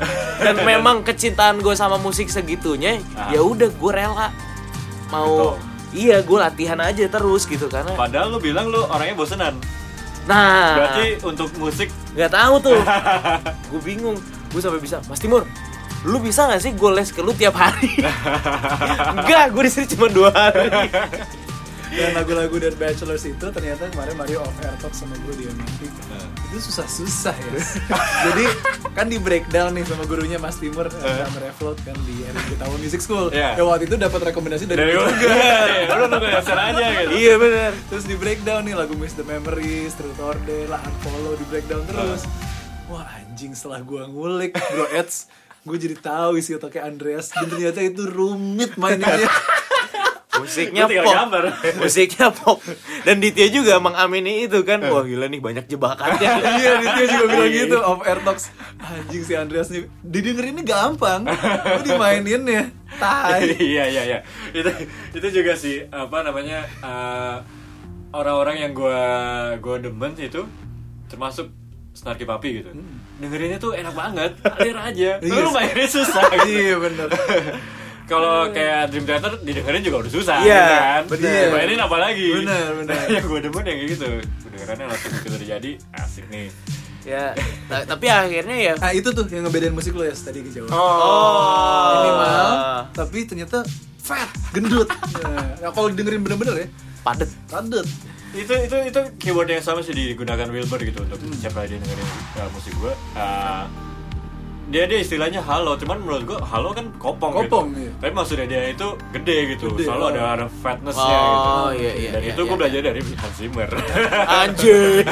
Dan memang kecintaan gue sama musik segitunya, ya udah gue rela mau.
Betul.
Iya, gue latihan aja terus gitu karena.
Padahal lu bilang lu orangnya bosenan.
Nah,
Berarti untuk musik
nggak tahu tuh. Gue bingung. Gue sampai bisa, Mas Timur, lu bisa nggak sih gue les ke lu tiap hari? Enggak, gue disini cuma 2 hari.
Dan lagu-lagu dari Bachelors itu ternyata kemarin Mario off air talk sama gue di MNT itu susah-susah ya. Jadi kan di breakdown nih sama gurunya Mas Timur sama Reflot kan di RMG Tower Music School.
Yeah.
Ya waktu itu dapat rekomendasi dari gue
gue
juga.
lu nunggu dasar aja gitu.
Iya benar.
Terus di breakdown nih lagu Miss the Memories, Truth or Dare, lah Unfollow di breakdown terus. Wah anjing, setelah gue ngulik Bro Eds, gue jadi tahu isi otaknya Andreas dan ternyata itu rumit mainnya.
Musiknya
Lu tinggal
pop.
gambar.
Musiknya pop. Dan Ditya juga mengamini itu kan. Wah gila nih banyak jebakannya.
Iya, dia juga bilang gitu off air talks. Anjing si Andreas nih didengerinnya gampang. Lu dimainin ya. Tai.
Iya. Itu juga sih apa namanya orang-orang yang gua demen itu termasuk Snarky Puppy gitu. Dengerinnya tuh enak banget, alir aja.
Iya
Lu
sih.
mainnya susah.
Iya bener.
Kalau kayak Dream Theater didengerin juga udah susah,
Iya,
gitu kan?
bener.
Mainin apa lagi?
Bener.
Yang gue demen yang kayak gitu. Kedengerannya langsung begitu terjadi, asik nih.
Ya, tapi akhirnya ya.
Nah itu tuh yang ngebedain musik lo ya tadi kejauhan.
Oh.
Minimal, tapi ternyata fat, gendut. Nah, kalau dengerin bener-bener ya,
Padet.
padet.
Itu keyboard yang sama sih digunakan Wilbur gitu untuk siapa dia dengerin musik gue. Dia istilahnya halo, cuman menurut gue halo kan kopong gitu.
Iya.
Tapi maksudnya dia itu gede gitu,
Gede,
selalu ada fatness-nya
Oh,
gitu.
iya,
Dan
iya,
itu
iya,
gue
iya.
belajar dari Hans Zimmer.
Anjir.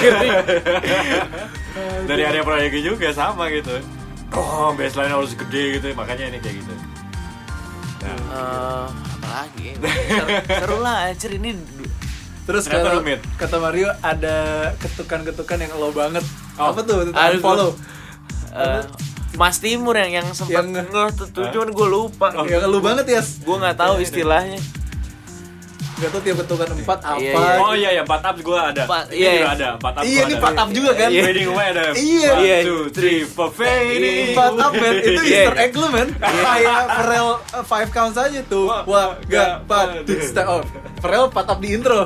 Dari area proyeknya juga sama gitu. Oh, bassline harus gede gitu, makanya ini kayak gitu. Nah,
Apalagi seru lah anjir ini.
Terus
Ternyata
kalau
rumit.
kata Mario ada ketukan-ketukan yang lo banget.
Oh.
Apa tuh?
Aduh,
Follow.
Mas Timur yang sempat
Yang-
nge-tuh cuman gue lupa.
Ya lu banget ya.
Gue nggak tahu istilahnya.
Gak tau tiap ketukan 4 apa.
Iya, iya.
oh iya 4 up gue ada. Ini
iya.
juga ada 4 up.
Iya, ini 4 up juga kan?
Iya.
Fading away ada.
Iya.
1, 2, 3, 4 fading.
4 up men, itu
Iya.
Easter egg lu men. Kayak Pharrell 5 counts aja tuh. Wah, gak, 4, step off. Pharrell 4 up di intro.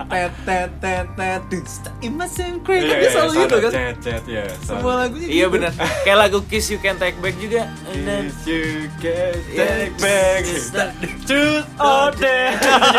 Imagine Creek, kan dia selalu gitu kan.
Cet ya.
Semua lagunya
Iya
gitu.
benar. Kayak lagu Kiss You Can Take Back juga. And then
If you can take back truth or dare.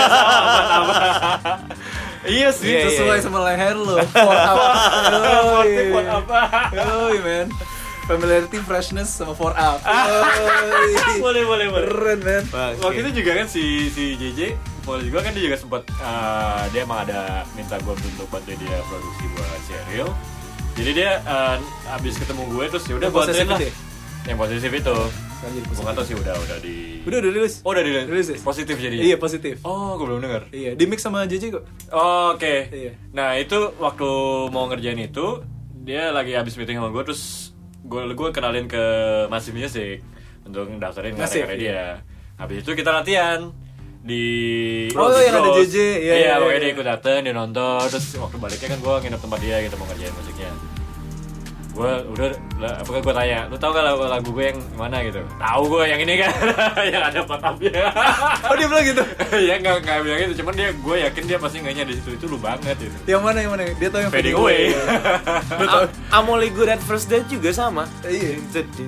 Iya sih.
Iya,
Sesuai sama leher lu. 4 up. Yoi.
Buat apa?
Yoi men. Familiarity, freshness sama 4 up. Yoi.
Boleh.
Keren men.
Waktu itu juga kan si JJ Paul juga kan dia juga sempat dia emang ada minta gue untuk bantuin dia produksi buat serial. Jadi dia abis ketemu gue terus ya udah
Yang
gue anterin lah.
posesif itu ya?
Yang positif itu.
Sekarang jadi
Gue
positif.
nggak tahu sih udah di.
Udah rilis.
Oh udah di
Rilis ya?
positif jadinya.
Iya positif.
Oh gue belum dengar.
Iya, di mix sama JJ kok.
Oh, Oke.
Iya.
Nah itu waktu mau ngerjain itu dia lagi habis meeting sama gue terus gue kenalin ke Massive Music untuk daftarin
Massive,
karya dia. Habis itu kita latihan di
Oh,
di
yang ada
Bros.
JJ, iya,
Iya,
iya,
pokoknya
iya.
dia ikut dateng, dia nonton terus waktu baliknya kan gue nginep tempat dia gitu mau ngerjain musiknya. Gue udah apakah gue tanya, lu tau gak lagu gue yang mana gitu? Tahu gue yang ini kan, yang ada patapnya.
Oh dia bilang gitu.
Ya nggak bilang gitu, cuman gue yakin dia pasti nganya di situ itu lu banget gitu.
Yang mana? Dia tahu yang
Fading Away.
Lu tahu?
I'm Only Good at First Date juga sama.
Iya.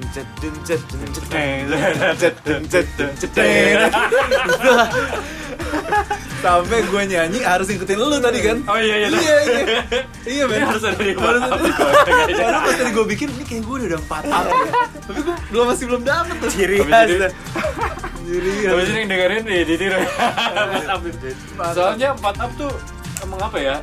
Sampai gue nyanyi harus ngikutin lu tadi kan?
Oh iya.
Iya men.
Harus ada di
Harus
mana?
ada. Karena pas tadi gue bikin ini kayak gue udah 4 up ya. Tapi gue masih belum dapet tuh.
Ciri
Habis
khas.
itu-
Jadi
Habis ini yang dengerin nih ditiru. 4 up. Soalnya 4 up tuh emang apa ya?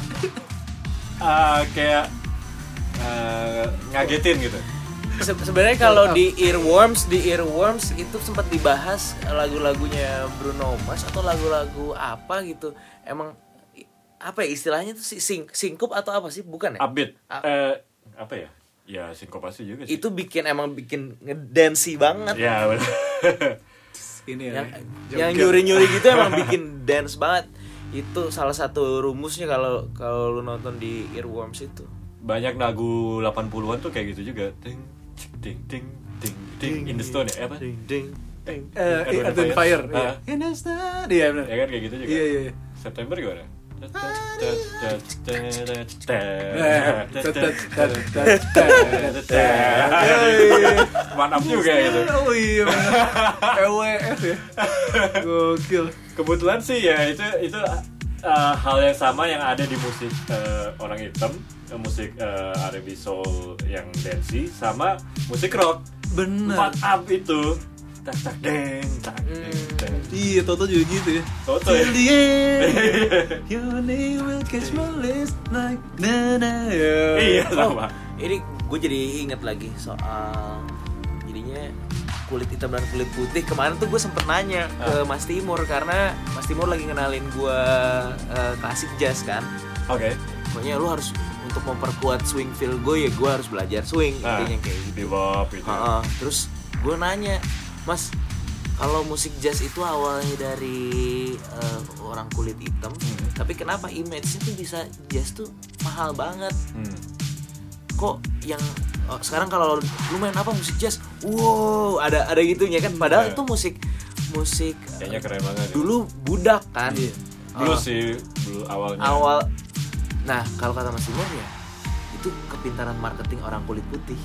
Kayak ngagetin gitu.
Sebenarnya kalau di Earworms itu sempat dibahas lagu-lagunya Bruno Mars atau lagu-lagu apa gitu. Emang apa ya istilahnya tuh singkup atau apa sih? Bukan ya?
Upbeat. Apa ya? Ya sinkopasi juga sih.
Itu bikin ngedancy banget.
Ya benar.
ini ya.
Yang nyuri-nyuri gitu emang bikin dance banget. Itu salah satu rumusnya kalau lu nonton di Earworms itu.
Banyak lagu 80-an tuh kayak gitu juga. Ting ting ting In the Stone ya? Apa?
Earth and Fire. In the Stone. Iya benar.
Ya kan kayak gitu juga.
Iya.
September gimana? Mantap juga gitu.
Oh iya benar. EWF ya. Gokil.
Kebetulan sih ya itu hal yang sama yang ada di musik orang hitam, musik R&B soul yang dancey sama musik rock.
Benar.
4 up itu. Tak deng.
Iya, Toto juga gitu ya.
Toto ya.
Till the end, your name will catch my list like na.
Iya sama.
Ini gue jadi inget lagi soal jadinya kulit hitam dan kulit putih. Kemarin tuh gue sempet nanya ke Mas Timur karena Mas Timur lagi ngenalin gue klasik jazz kan.
Oke.
Pokoknya lu harus untuk memperkuat swing feel gue ya gue harus belajar swing intinya kayak gitu.
Bebop gitu.
Terus gue nanya, Mas, kalau musik jazz itu awalnya dari orang kulit hitam, tapi kenapa image-nya tuh bisa jazz tuh mahal banget? Kok yang sekarang kalau lu main apa musik jazz, wow ada gitunya kan? Padahal itu musik
kayaknya keren banget.
Dulu budak kan?
Dulu sih, dulu awalnya.
Nah kalau kata Mas Timur ya, itu kepintaran marketing orang kulit putih.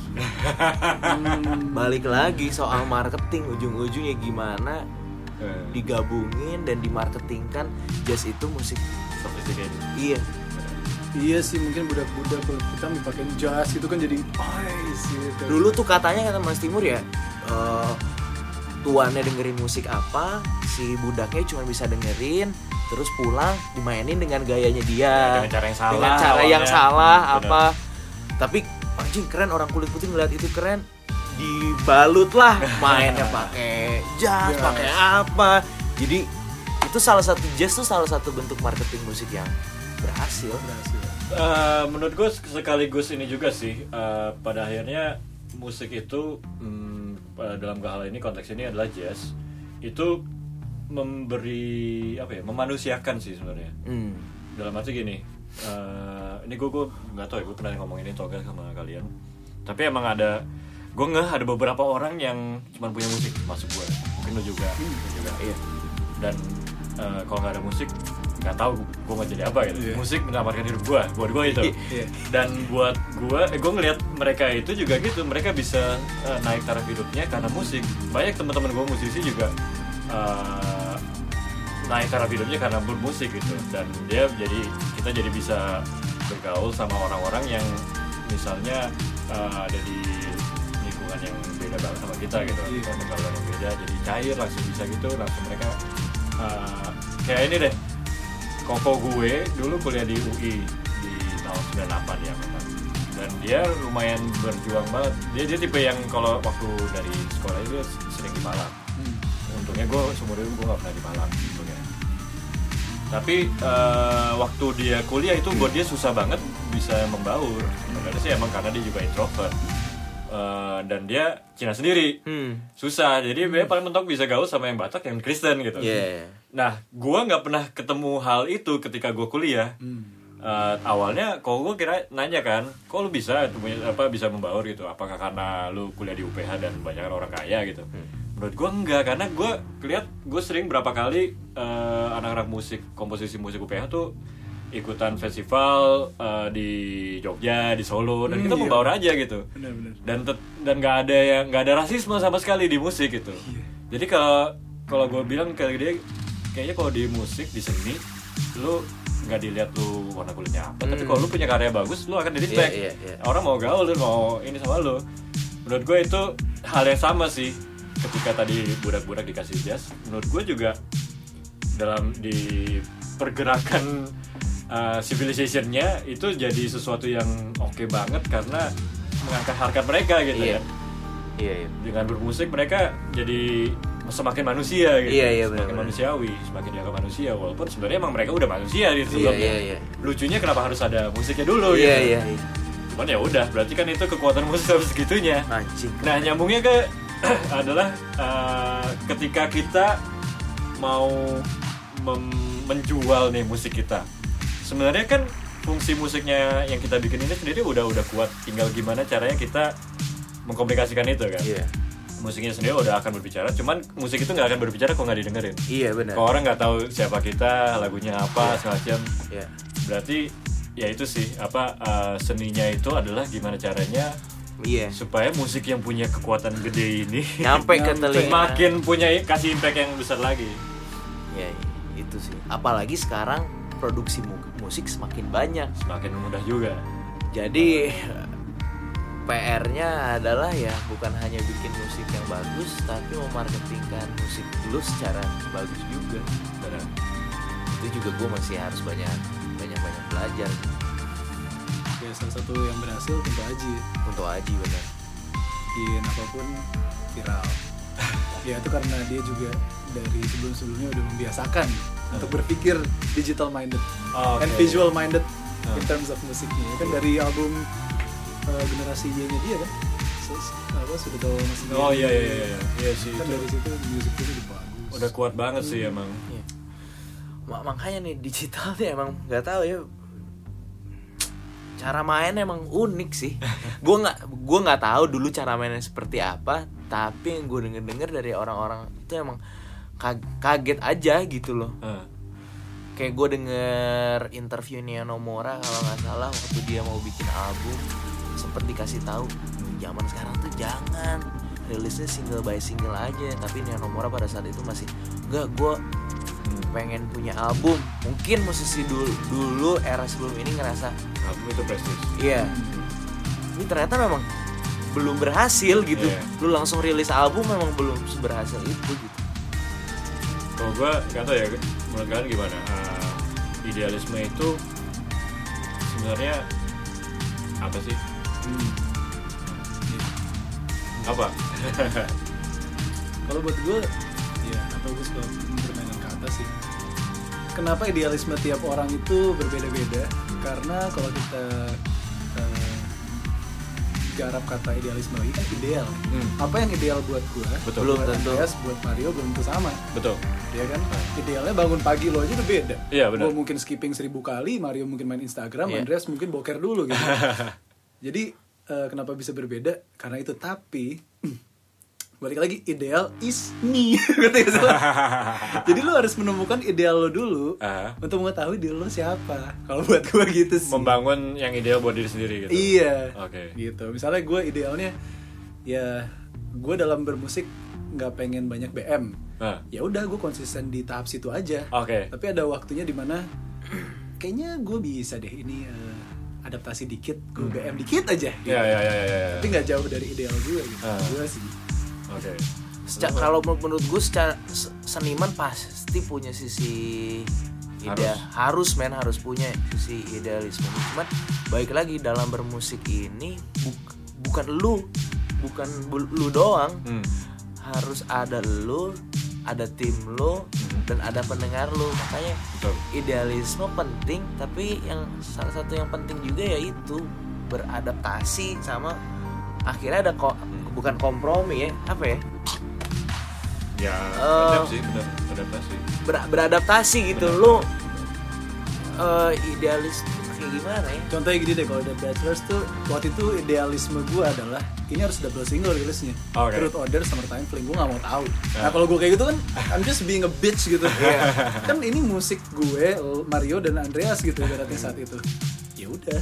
Balik lagi soal marketing, ujung-ujungnya gimana digabungin dan dimarketingkan jazz itu musik
sophisticated.
Iya sih, mungkin budak-budak kulit hitam dipakein jazz itu kan jadi gitu.
Dulu tuh katanya kata Mas Timur ya, tuannya dengerin musik apa, si budaknya cuma bisa dengerin, terus pulang dimainin dengan gayanya dia,
dengan cara yang salah,
dengan cara yang salah apa. Tapi anjing keren, orang kulit putih ngeliat itu keren, dibalut lah mainnya pakai jazz, pakai apa. Jadi itu salah satu jazz tuh salah satu bentuk marketing musik yang berhasil.
Menurut gue sekaligus ini juga sih, pada akhirnya musik itu dalam hal ini konteks ini adalah jazz itu memberi memanusiakan sih sebenarnya. Dalam arti gini, ini gue nggak tahu ya, gue pernah ngomong ini toga sama kalian, tapi emang gue ada beberapa orang yang cuma punya musik masuk gue, mungkin lo juga, iya. Dan kalau nggak ada musik nggak tahu gue mau jadi apa gitu. Musik menyelamatkan hidup buat gue itu. Dan buat gue ngelihat mereka itu juga gitu, mereka bisa naik taraf hidupnya karena musik. Banyak teman-teman gue musisi juga naik taraf hidupnya karena bermusik gitu. Dan kita jadi bisa bergaul sama orang-orang yang misalnya ada di lingkungan yang beda banget sama kita gitu. Pergaulan yang beda, jadi cair langsung bisa gitu, langsung mereka kayak ini deh. Koko gue dulu kuliah di UI di tahun 98 ya memang. Dan dia lumayan berjuang banget. Dia tipe yang kalau waktu dari sekolah itu sering di Malang. Untungnya gue seumur hidup gue gak pernah di Malang untungnya. Tapi waktu dia kuliah itu buat dia susah banget bisa membaur. Sebenarnya sih emang karena dia juga introvert. Dan dia Cina sendiri, susah. Jadi dia paling mentok bisa gaul sama yang Batak, yang Kristen gitu. Nah, gue nggak pernah ketemu hal itu ketika gue kuliah. Awalnya, kalau gue kira nanya kan, kok lu bisa membaur gitu? Apakah karena lu kuliah di UPH dan banyak orang kaya gitu? Menurut gue enggak, karena gue sering berapa kali anak-anak musik, komposisi musik UPH tuh ikutan festival di Jogja, di Solo, dan kita membaur aja gitu. Bener. Dan nggak ada rasisme sama sekali di musik gitu. Jadi kalau gue bilang ke dia, kayaknya kalau di musik, di seni, lu nggak dilihat lu warna kulitnya apa, tapi kalau lu punya karya bagus, lu akan di-respect. Orang mau gaul, lu mau ini sama lu. Menurut gue itu hal yang sama sih. Ketika tadi budak-budak dikasih jazz, menurut gue juga di pergerakan civilization-nya itu jadi sesuatu yang oke banget karena mengangkat harkat mereka gitu kan. Dengan bermusik mereka jadi semakin manusia gitu. Semakin manusiawi, semakin dianggap manusia, walaupun sebenarnya emang mereka udah manusia gitu sebelumnya. Lucunya kenapa harus ada musiknya dulu gitu. Cuman ya udah, berarti kan itu kekuatan musik sampai segitunya. Nah, nyambungnya ke adalah ketika kita mau menjual nih musik kita. Sebenarnya kan fungsi musiknya yang kita bikin ini sendiri udah kuat, tinggal gimana caranya kita mengkomunikasikan itu kan. musiknya sendiri udah akan berbicara, cuman musik itu nggak akan berbicara kalau nggak didengerin.
Iya benar.
Kalau orang nggak tahu siapa kita, lagunya apa, semacam.
Iya.
Berarti ya itu sih seninya itu adalah gimana caranya
Iya.
supaya musik yang punya kekuatan gede ini
Nyampe ke telinga.
semakin punya kasih impact yang besar lagi.
Ya itu sih. Apalagi sekarang produksi musik semakin banyak.
Semakin mudah juga.
Jadi PR-nya adalah ya bukan hanya bikin musik yang bagus, tapi memarketingkan musik lu secara bagus juga.
Benar.
Itu juga gue masih harus banyak belajar
Ya salah satu yang berhasil tentu Aji.
untuk Aji benar.
Bikin apapun viral. Ya itu karena dia juga dari sebelum-sebelumnya udah membiasakan untuk berpikir digital minded and visual minded in terms of musiknya. Kan dari album generasi Y-nya dia kan. Sudah tahu masih.
Oh iya sih.
Kan
Itu
dari situ musik itu udah bagus.
udah kuat banget sih emang.
Iya. Makanya nih digital tuh emang nggak tahu ya, cara main emang unik sih. Gue nggak tahu dulu cara mainnya seperti apa, tapi yang gue denger dari orang-orang itu emang kaget aja gitu loh. Kayak gue denger interview Nia Nomura kalau nggak salah waktu dia mau bikin album, sempet dikasih tahu zaman sekarang tuh jangan rilisnya single by single aja. Tapi Nia Nomura pada saat itu masih enggak, gue pengen punya album. Mungkin musisi dulu era sebelum ini ngerasa
Album itu prestis.
iya, ini ternyata memang belum berhasil gitu. Lu langsung rilis album memang belum seberhasil itu gitu.
Kalau gue nggak tahu ya, menurut kalian gimana? Idealisme itu sebenarnya apa sih? Apa?
Kalau buat gue, ya atau gue suka permainan kata sih. Kenapa idealisme tiap orang itu berbeda-beda? Karena kalau kita garap kata idealisme lagi kan ideal. Apa yang ideal buat gue?
Betul.
Belum
buat
tentu.
Andreas, buat Mario belum tentu sama.
Betul.
Ya kan? Idealnya bangun pagi lo aja udah beda.
Iya, benar.
Gue mungkin skipping 1000 kali, Mario mungkin main Instagram,
Iya.
Andreas mungkin boker dulu gitu. Jadi kenapa bisa berbeda? Karena itu. Tapi balik lagi, ideal is me. Jadi lo harus menemukan ideal lo dulu untuk mengetahui diri lo siapa. Kalau buat gue gitu sih.
Membangun yang ideal buat diri sendiri gitu.
Iya.
Oke.
Gitu. Misalnya gue idealnya ya gue dalam bermusik nggak pengen banyak BM. Ya udah gue konsisten di tahap situ aja.
Oke.
Tapi ada waktunya dimana kayaknya gue bisa deh ini adaptasi dikit, gue BM dikit aja. Gitu.
Ya.
Tapi nggak jauh dari ideal gue gitu. Gue sih.
Oke.
Kalau menurut gue secara seniman pasti punya sisi harus punya sisi idealisme. Cuman baik lagi dalam bermusik ini bukan lu doang. Harus ada lu, ada tim lu, dan ada pendengar lu. Makanya
Betul.
idealisme penting, tapi yang salah satu yang penting juga yaitu beradaptasi sama akhirnya ada bukan kompromi ya, apa ya?
Ya, benar, adaptasi.
Beradaptasi gitu. Lu idealis kayak gimana ya?
Contohnya gini deh, kalau The Bachelors tuh waktu itu idealisme gue adalah ini harus double single rilisnya. Truth Order, Summertime Fling, gue gak mau tahu. Nah kalau gue kayak gitu kan, I'm just being a bitch gitu. Kan ini musik gue, Mario dan Andreas gitu ibaratnya saat itu. Ya udah,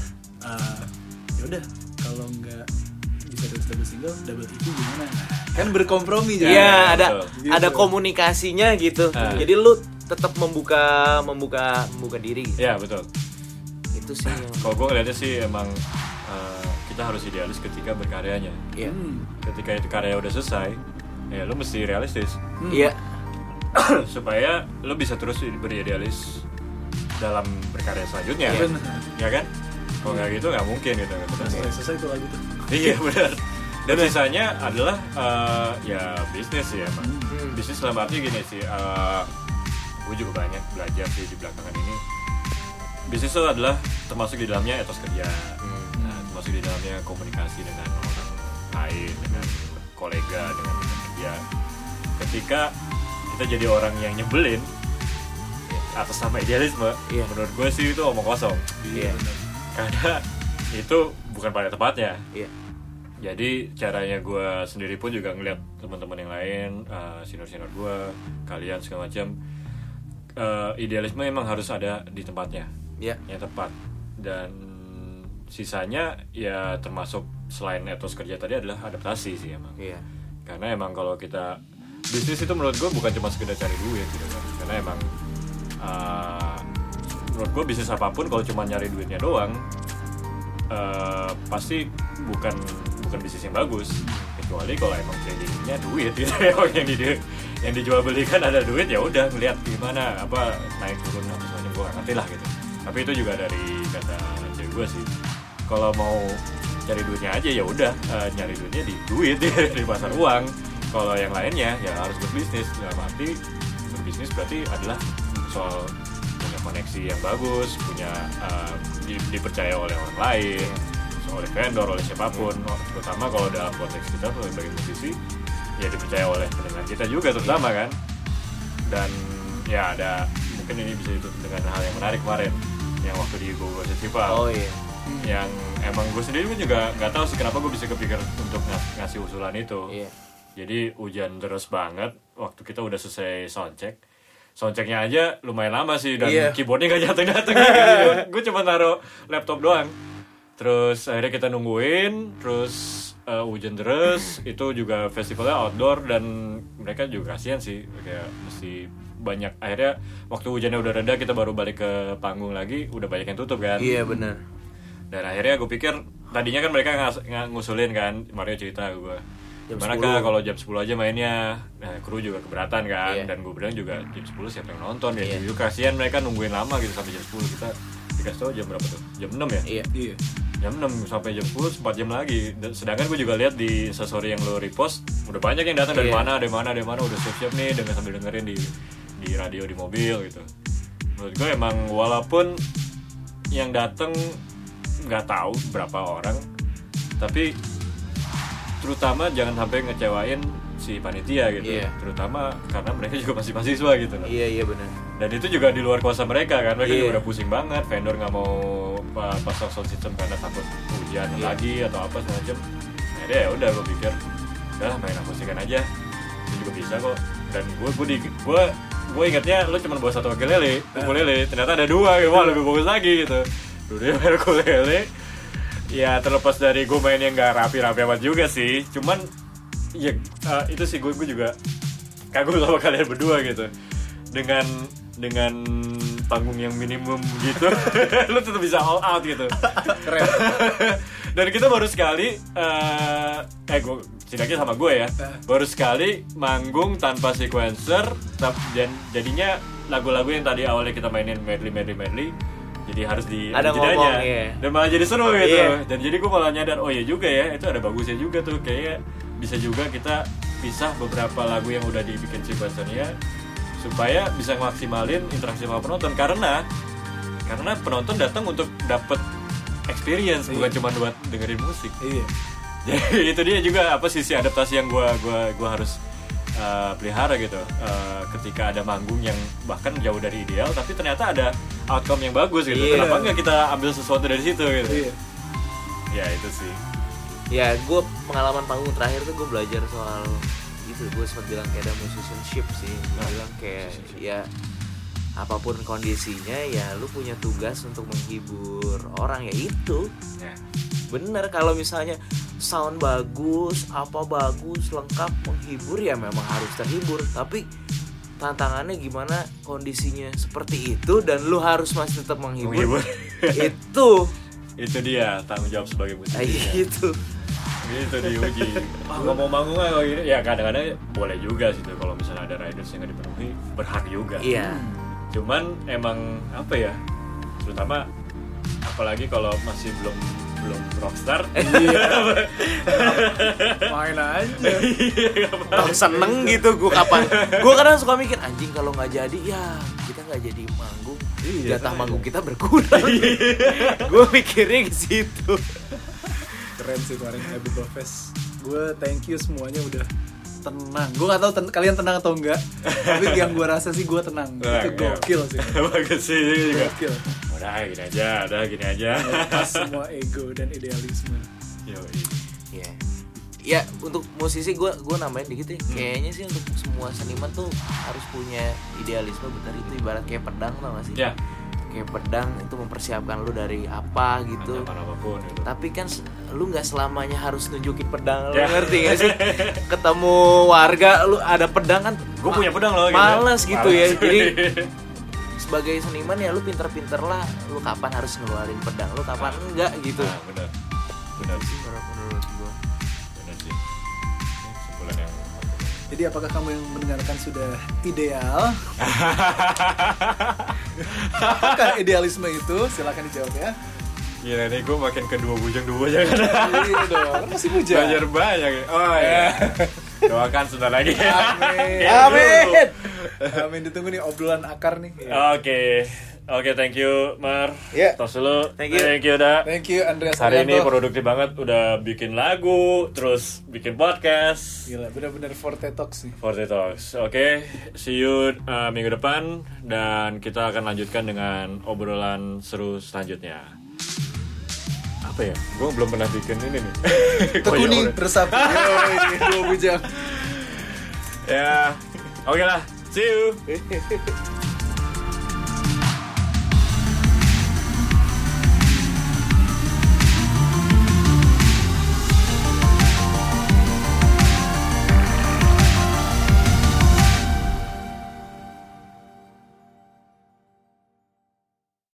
kalau nggak bisa double single, double EP gimana? Kan berkompromi jadi.
Iya,
gitu.
ada komunikasinya gitu. Jadi lu tetap membuka diri gitu.
Iya, betul.
Itu sih yang
Kalau gue ngeliatnya sih emang kita harus idealis ketika berkaryanya.
iya.
Ketika itu karya udah selesai, ya lu mesti realistis.
Iya.
Supaya lu bisa terus beridealis dalam berkarya selanjutnya.
Iya.
Ya kan? Kalau nggak gitu nggak mungkin gitu.
Selesai itu lagu tuh.
Iya benar. Dan sisanya adalah ya bisnis ya emang. Bisnis dalam arti gini sih. Gue juga banyak belajar sih di belakangan ini. Bisnis itu adalah termasuk di dalamnya etos kerja, termasuk di dalamnya komunikasi dengan orang lain, dengan kolega, dengan teman kerja. Ketika kita jadi orang yang nyebelin atas nama idealisme, menurut gue sih itu omong kosong.
Iya.
Karena itu bukan pada tempatnya.
Iya.
Jadi caranya gue sendiri pun juga ngeliat teman-teman yang lain, senior-senior gue, kalian segala macam, idealisme emang harus ada di tempatnya, yang tepat. Dan sisanya ya termasuk selain etos kerja tadi adalah adaptasi sih emang. Karena emang kalau kita bisnis itu menurut gue bukan cuma sekedar cari duit gitu kan. Karena emang menurut gue bisnis apapun kalau cuma nyari duitnya doang, pasti bukan bisnis yang bagus, kecuali kalau emang tradingnya duit gitu ya. Yang dijual belikan ada duit, ya udah ngeliat gimana apa naik turun apa semuanya gue gak ngerti lah gitu. Tapi itu juga dari kata cewek gue sih, kalau mau cari duitnya aja ya udah, nyari duitnya di duit di pasar uang. Kalau yang lainnya ya harus berbisnis. Dalam arti berbisnis berarti adalah soal punya koneksi yang bagus, punya dipercaya oleh orang lain, oleh vendor, oleh siapapun. Terutama kalau dalam konteks kita sebagai musisi, ya dipercaya oleh pendengar kita juga terutama kan. Dan ya ada, mungkin ini bisa ditutup dengan hal yang menarik kemarin, yang waktu di Bogor Festival. Yang emang gue sendiri pun juga nggak tahu sih kenapa gue bisa kepikir untuk ngasih usulan itu. Jadi hujan terus banget, waktu kita udah selesai soundchecknya aja lumayan lama sih, dan keyboardnya gak jatuh-jatuh gitu. Gue cuma naruh laptop doang. Terus akhirnya kita nungguin, terus hujan terus. Itu juga festivalnya outdoor dan mereka juga kasihan sih, kayak mesti banyak. Akhirnya waktu hujannya udah reda, kita baru balik ke panggung lagi, udah banyak yang tutup kan.
Benar.
Dan akhirnya gue pikir, tadinya kan mereka ngusulin kan, Mario cerita gue, gimana kak kalau jam 10 aja mainnya. Nah, kru juga keberatan kan. Dan gue bilang juga jam 10 siapa yang nonton ya. Juga kasihan mereka nungguin lama gitu sampai jam 10. Kita dikasih tau jam berapa tuh? Jam 6 ya?
Iya.
Jam 6 sampai jam 10 4 jam lagi. Sedangkan gue juga lihat di instastory yang lo repost, udah banyak yang datang dari mana udah siap-siap nih sambil dengerin di radio di mobil gitu. Menurut gue emang walaupun yang datang nggak tahu berapa orang, tapi terutama jangan sampai ngecewain si panitia gitu. Terutama karena mereka juga masih mahasiswa gitu loh.
Iya benar.
Dan itu juga di luar kuasa mereka kan. Mereka juga udah pusing banget, vendor nggak mau pasang sound system karena takut hujan lagi atau apa semacam. Nah ya udah, gue pikir udah main akustikan aja, itu juga bisa kok. Dan gue ingatnya lo cuma bawa satu ukulele, ternyata ada dua, wah lebih bagus lagi gitu. Dulu dia ukulele. Ya terlepas dari gue mainnya nggak rapi-rapi amat juga sih, cuman ya itu sih gue juga kagum sama kalian berdua gitu, dengan panggung yang minimum gitu. Lu tetap bisa all out gitu. Keren. Dan kita baru sekali gue setidaknya sama gue ya, baru sekali manggung tanpa sequencer, dan jadinya lagu-lagu yang tadi awalnya kita mainin medley jadi harus ada jedanya, dan malah jadi seru gitu. Dan jadi gue malah nyadar, oh iya juga ya, itu ada bagusnya juga tuh, kayak bisa juga kita pisah beberapa lagu yang udah dibikin sequencernya supaya bisa maksimalin interaksi sama penonton, karena penonton datang untuk dapet experience, bukan cuma buat dengerin musik. Jadi itu dia juga sisi adaptasi yang gue harus pelihara gitu. Ketika ada manggung yang bahkan jauh dari ideal, tapi ternyata ada outcome yang bagus gitu. Kenapa nggak kita ambil sesuatu dari situ gitu? Ya itu sih.
Ya gue pengalaman panggung terakhir tuh gue belajar soal itu. Gue sempat bilang kayak ada musicianship sih. Gue bilang kayak ya apapun kondisinya ya lu punya tugas untuk menghibur orang, ya itu. Bener, kalau misalnya sound bagus, apa bagus, lengkap, menghibur, ya memang harus terhibur. Tapi tantangannya gimana kondisinya seperti itu dan lu harus masih tetap menghibur. Itu
dia tanggung jawab sebagai musisi.
Itu
diuji. Ngomong manggung kayak gini, ya kadang-kadang boleh juga sih tuh, kalau misalnya ada riders yang nggak dipenuhi, berhak juga. Cuman emang apa ya, terutama apalagi kalau masih belum rockstar.
Main aja.
Seneng gitu gue kapan. Gue kadang suka mikir, anjing kalau nggak jadi ya kita nggak jadi manggung, jatah manggung kita berkurang. Gue mikirnya ke situ.
Keren sih kemarin Bogor Fest. Gue thank you semuanya udah tenang. Gue gak tahu kalian tenang atau enggak, tapi yang gue rasa sih gue tenang. Itu gokil sih.
Bagus sih juga.
Gokil.
Udah gini aja.
Lepas semua ego dan idealisme.
Iya.
ya untuk musisi gue nambahin dikit ya. Kayaknya sih untuk semua seniman tuh harus punya idealisme, bener itu ibarat kayak pedang, tau gak sih?
Ya.
Kayak pedang itu mempersiapkan lu dari apa gitu.
Apapun gitu.
Tapi kan lu nggak selamanya harus nunjukin pedang, lu
Ya.
ngerti gak sih? Ketemu warga lu ada pedang kan,
Gue punya pedang loh.
males gitu ya.
Males.
Jadi sebagai seniman ya lu pinter-pinter lah, lu kapan harus ngeluarin pedang, lu kapan enggak gitu.
Nah, benar sih.
Menurut gua.
Benar sih. Ini kesimpulan yang
Jadi apakah kamu yang mendengarkan sudah ideal? Apakah idealisme itu? Silakan dijawab ya.
gila nih, gue makin ke dua bujang
Iya dong, masih bujang.
belajar banyak. Oh iya. Doakan sebentar lagi.
Amin.
Ya,
Amin.
dulu.
Amin, ditunggu nih obrolan akar nih.
Oke, thank you Mar.
Ya.
Tos dulu.
Thank you.
Thank you Da.
Thank you Andreas
Hari ini
Arianto.
produktif banget, udah bikin lagu, terus bikin podcast.
Gila, benar-benar Forte Talks nih.
Forte Talks. Oke, see you minggu depan dan kita akan lanjutkan dengan obrolan seru selanjutnya. Apa ya? Gue belum pernah bikin ini nih.
Tekuni resapi. Yoi, dua bujang.
Ya, oke lah. See you.